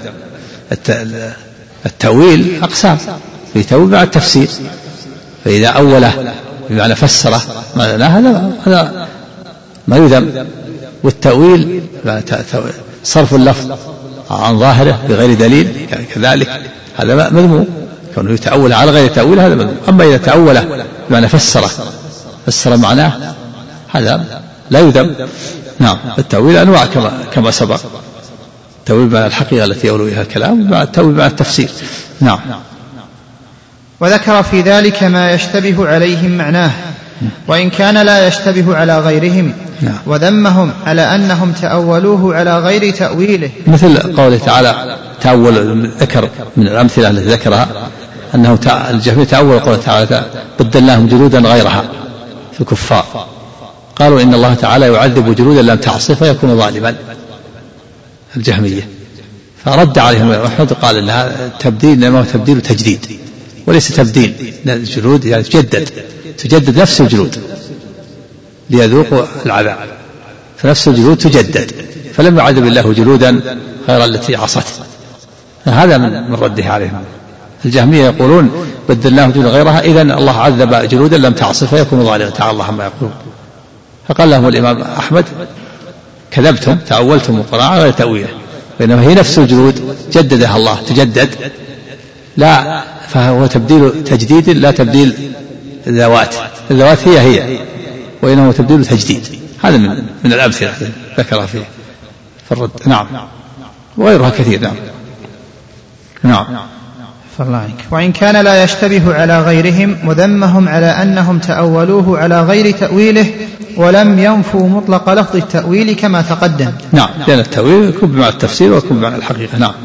التأويل أقسام، في تأويل مع التفسير، فإذا أوله بمعنى فسره هذا ما يذم. والتأويل صرف اللفظ عن ظاهره بغير دليل كذلك هذا مذموم، كونه يتأول على غير تأويل هذا مذموم. أما إذا تأوله بمعنى فسر معناه هذا لا يذم. نعم. التأويل أنواع كما سبق، التأويل مع الحقيقة التي يولو بها الكلام، مع التأويل مع التفسير. نعم. وذكر في ذلك ما يشتبه عليهم معناه وإن كان لا يشتبه على غيرهم. نعم. وذمهم على أنهم تأولوه على غير تأويله، مثل قوله تعالى تأول، ذكر من الأمثلة التي ذكرها أنه الجهمية تأول قوله تعالى بدلناهم جلودا غيرها في الكفار، قالوا إن الله تعالى يعذب جلودا لم تعصه فيكون ظالما، الجهمية. فرد عليهم أحمد قال إنها تبديل، إنما هو تبديل تجديد وليس تبديل. الجلود يعني تجدد نفس الجلود ليذوقوا العذاب، فنفس الجلود تجدد، فلم يعذب الله جلودا غير التي عصته. هذا من رده عليهم. الجهمية يقولون بدلناه جلودا غيرها، إذن الله عذب جلودا لم تعصه فيكون ظالما، تعالى الله عما يقولون. فقال لهم الإمام أحمد كذبتم، تأولتم القرآن غير تأويله، بينما هي نفس الجلود جددها الله تجدد، لا فهو تبديل تجديد لا تبديل الذوات هي وإنه تبديل تجديد. هذا من الأمثلة ذكرها في الرد. نعم. وغيرها كثير. نعم. نعم. وإن كان لا يشتبه على غيرهم وذمهم على أنهم تأولوه على غير تأويله ولم ينفوا مطلق لفظ التأويل كما تقدم. نعم، لأن التأويل يكون بمعنى التفسير ويكون بمعنى الحقيقة. نعم.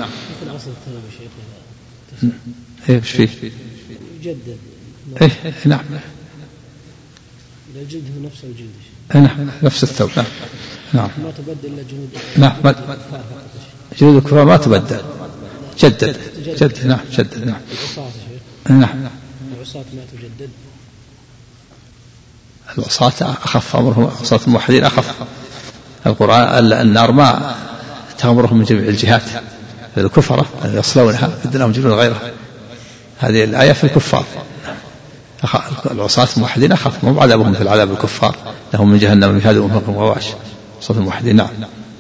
ايش فيه؟ يجدد. نعم. جلده نفس الجلد. نعم، نفس الثوب. نعم. ما تبدل إلا جلود. نعم، جلود الكفار ما تبدل. جدد. نعم، جدد. نعم. نعم. العصاة ما تجدد. العصاة أخف أمرهم، عصاة الموحدين أخف. القرآن النار ما تأمرهم من جميع الجهات، الكفرة يصلونها بدلهم جلود غيرها. هذه الآية في الكفار. العصاة الموحدين أخف، مو عذابهم في العذاب الكفار، لهم من جهنم مهاد ومن غواش. عصاة الموحدين. نعم.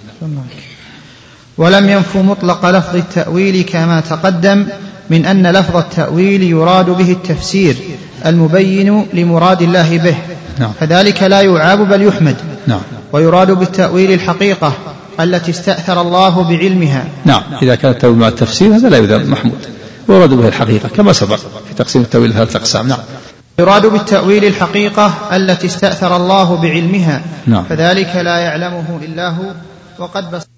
ولم ينفوا مطلق لفظ التأويل كما تقدم من أن لفظ التأويل يراد به التفسير المبين لمراد الله به. نعم. فذلك لا يعاب بل يحمد. نعم. ويراد بالتأويل الحقيقة التي استأثر الله بعلمها. نعم، إذا كان التأويل مع التفسير هذا لا يذم، محمود. ويراد به الحقيقة كما سبق في تقسيم التأويل ثلاثة أقسام. نعم. يراد بالتأويل الحقيقة التي استأثر الله بعلمها. نعم. فذلك لا يعلمه إلا هو. وقد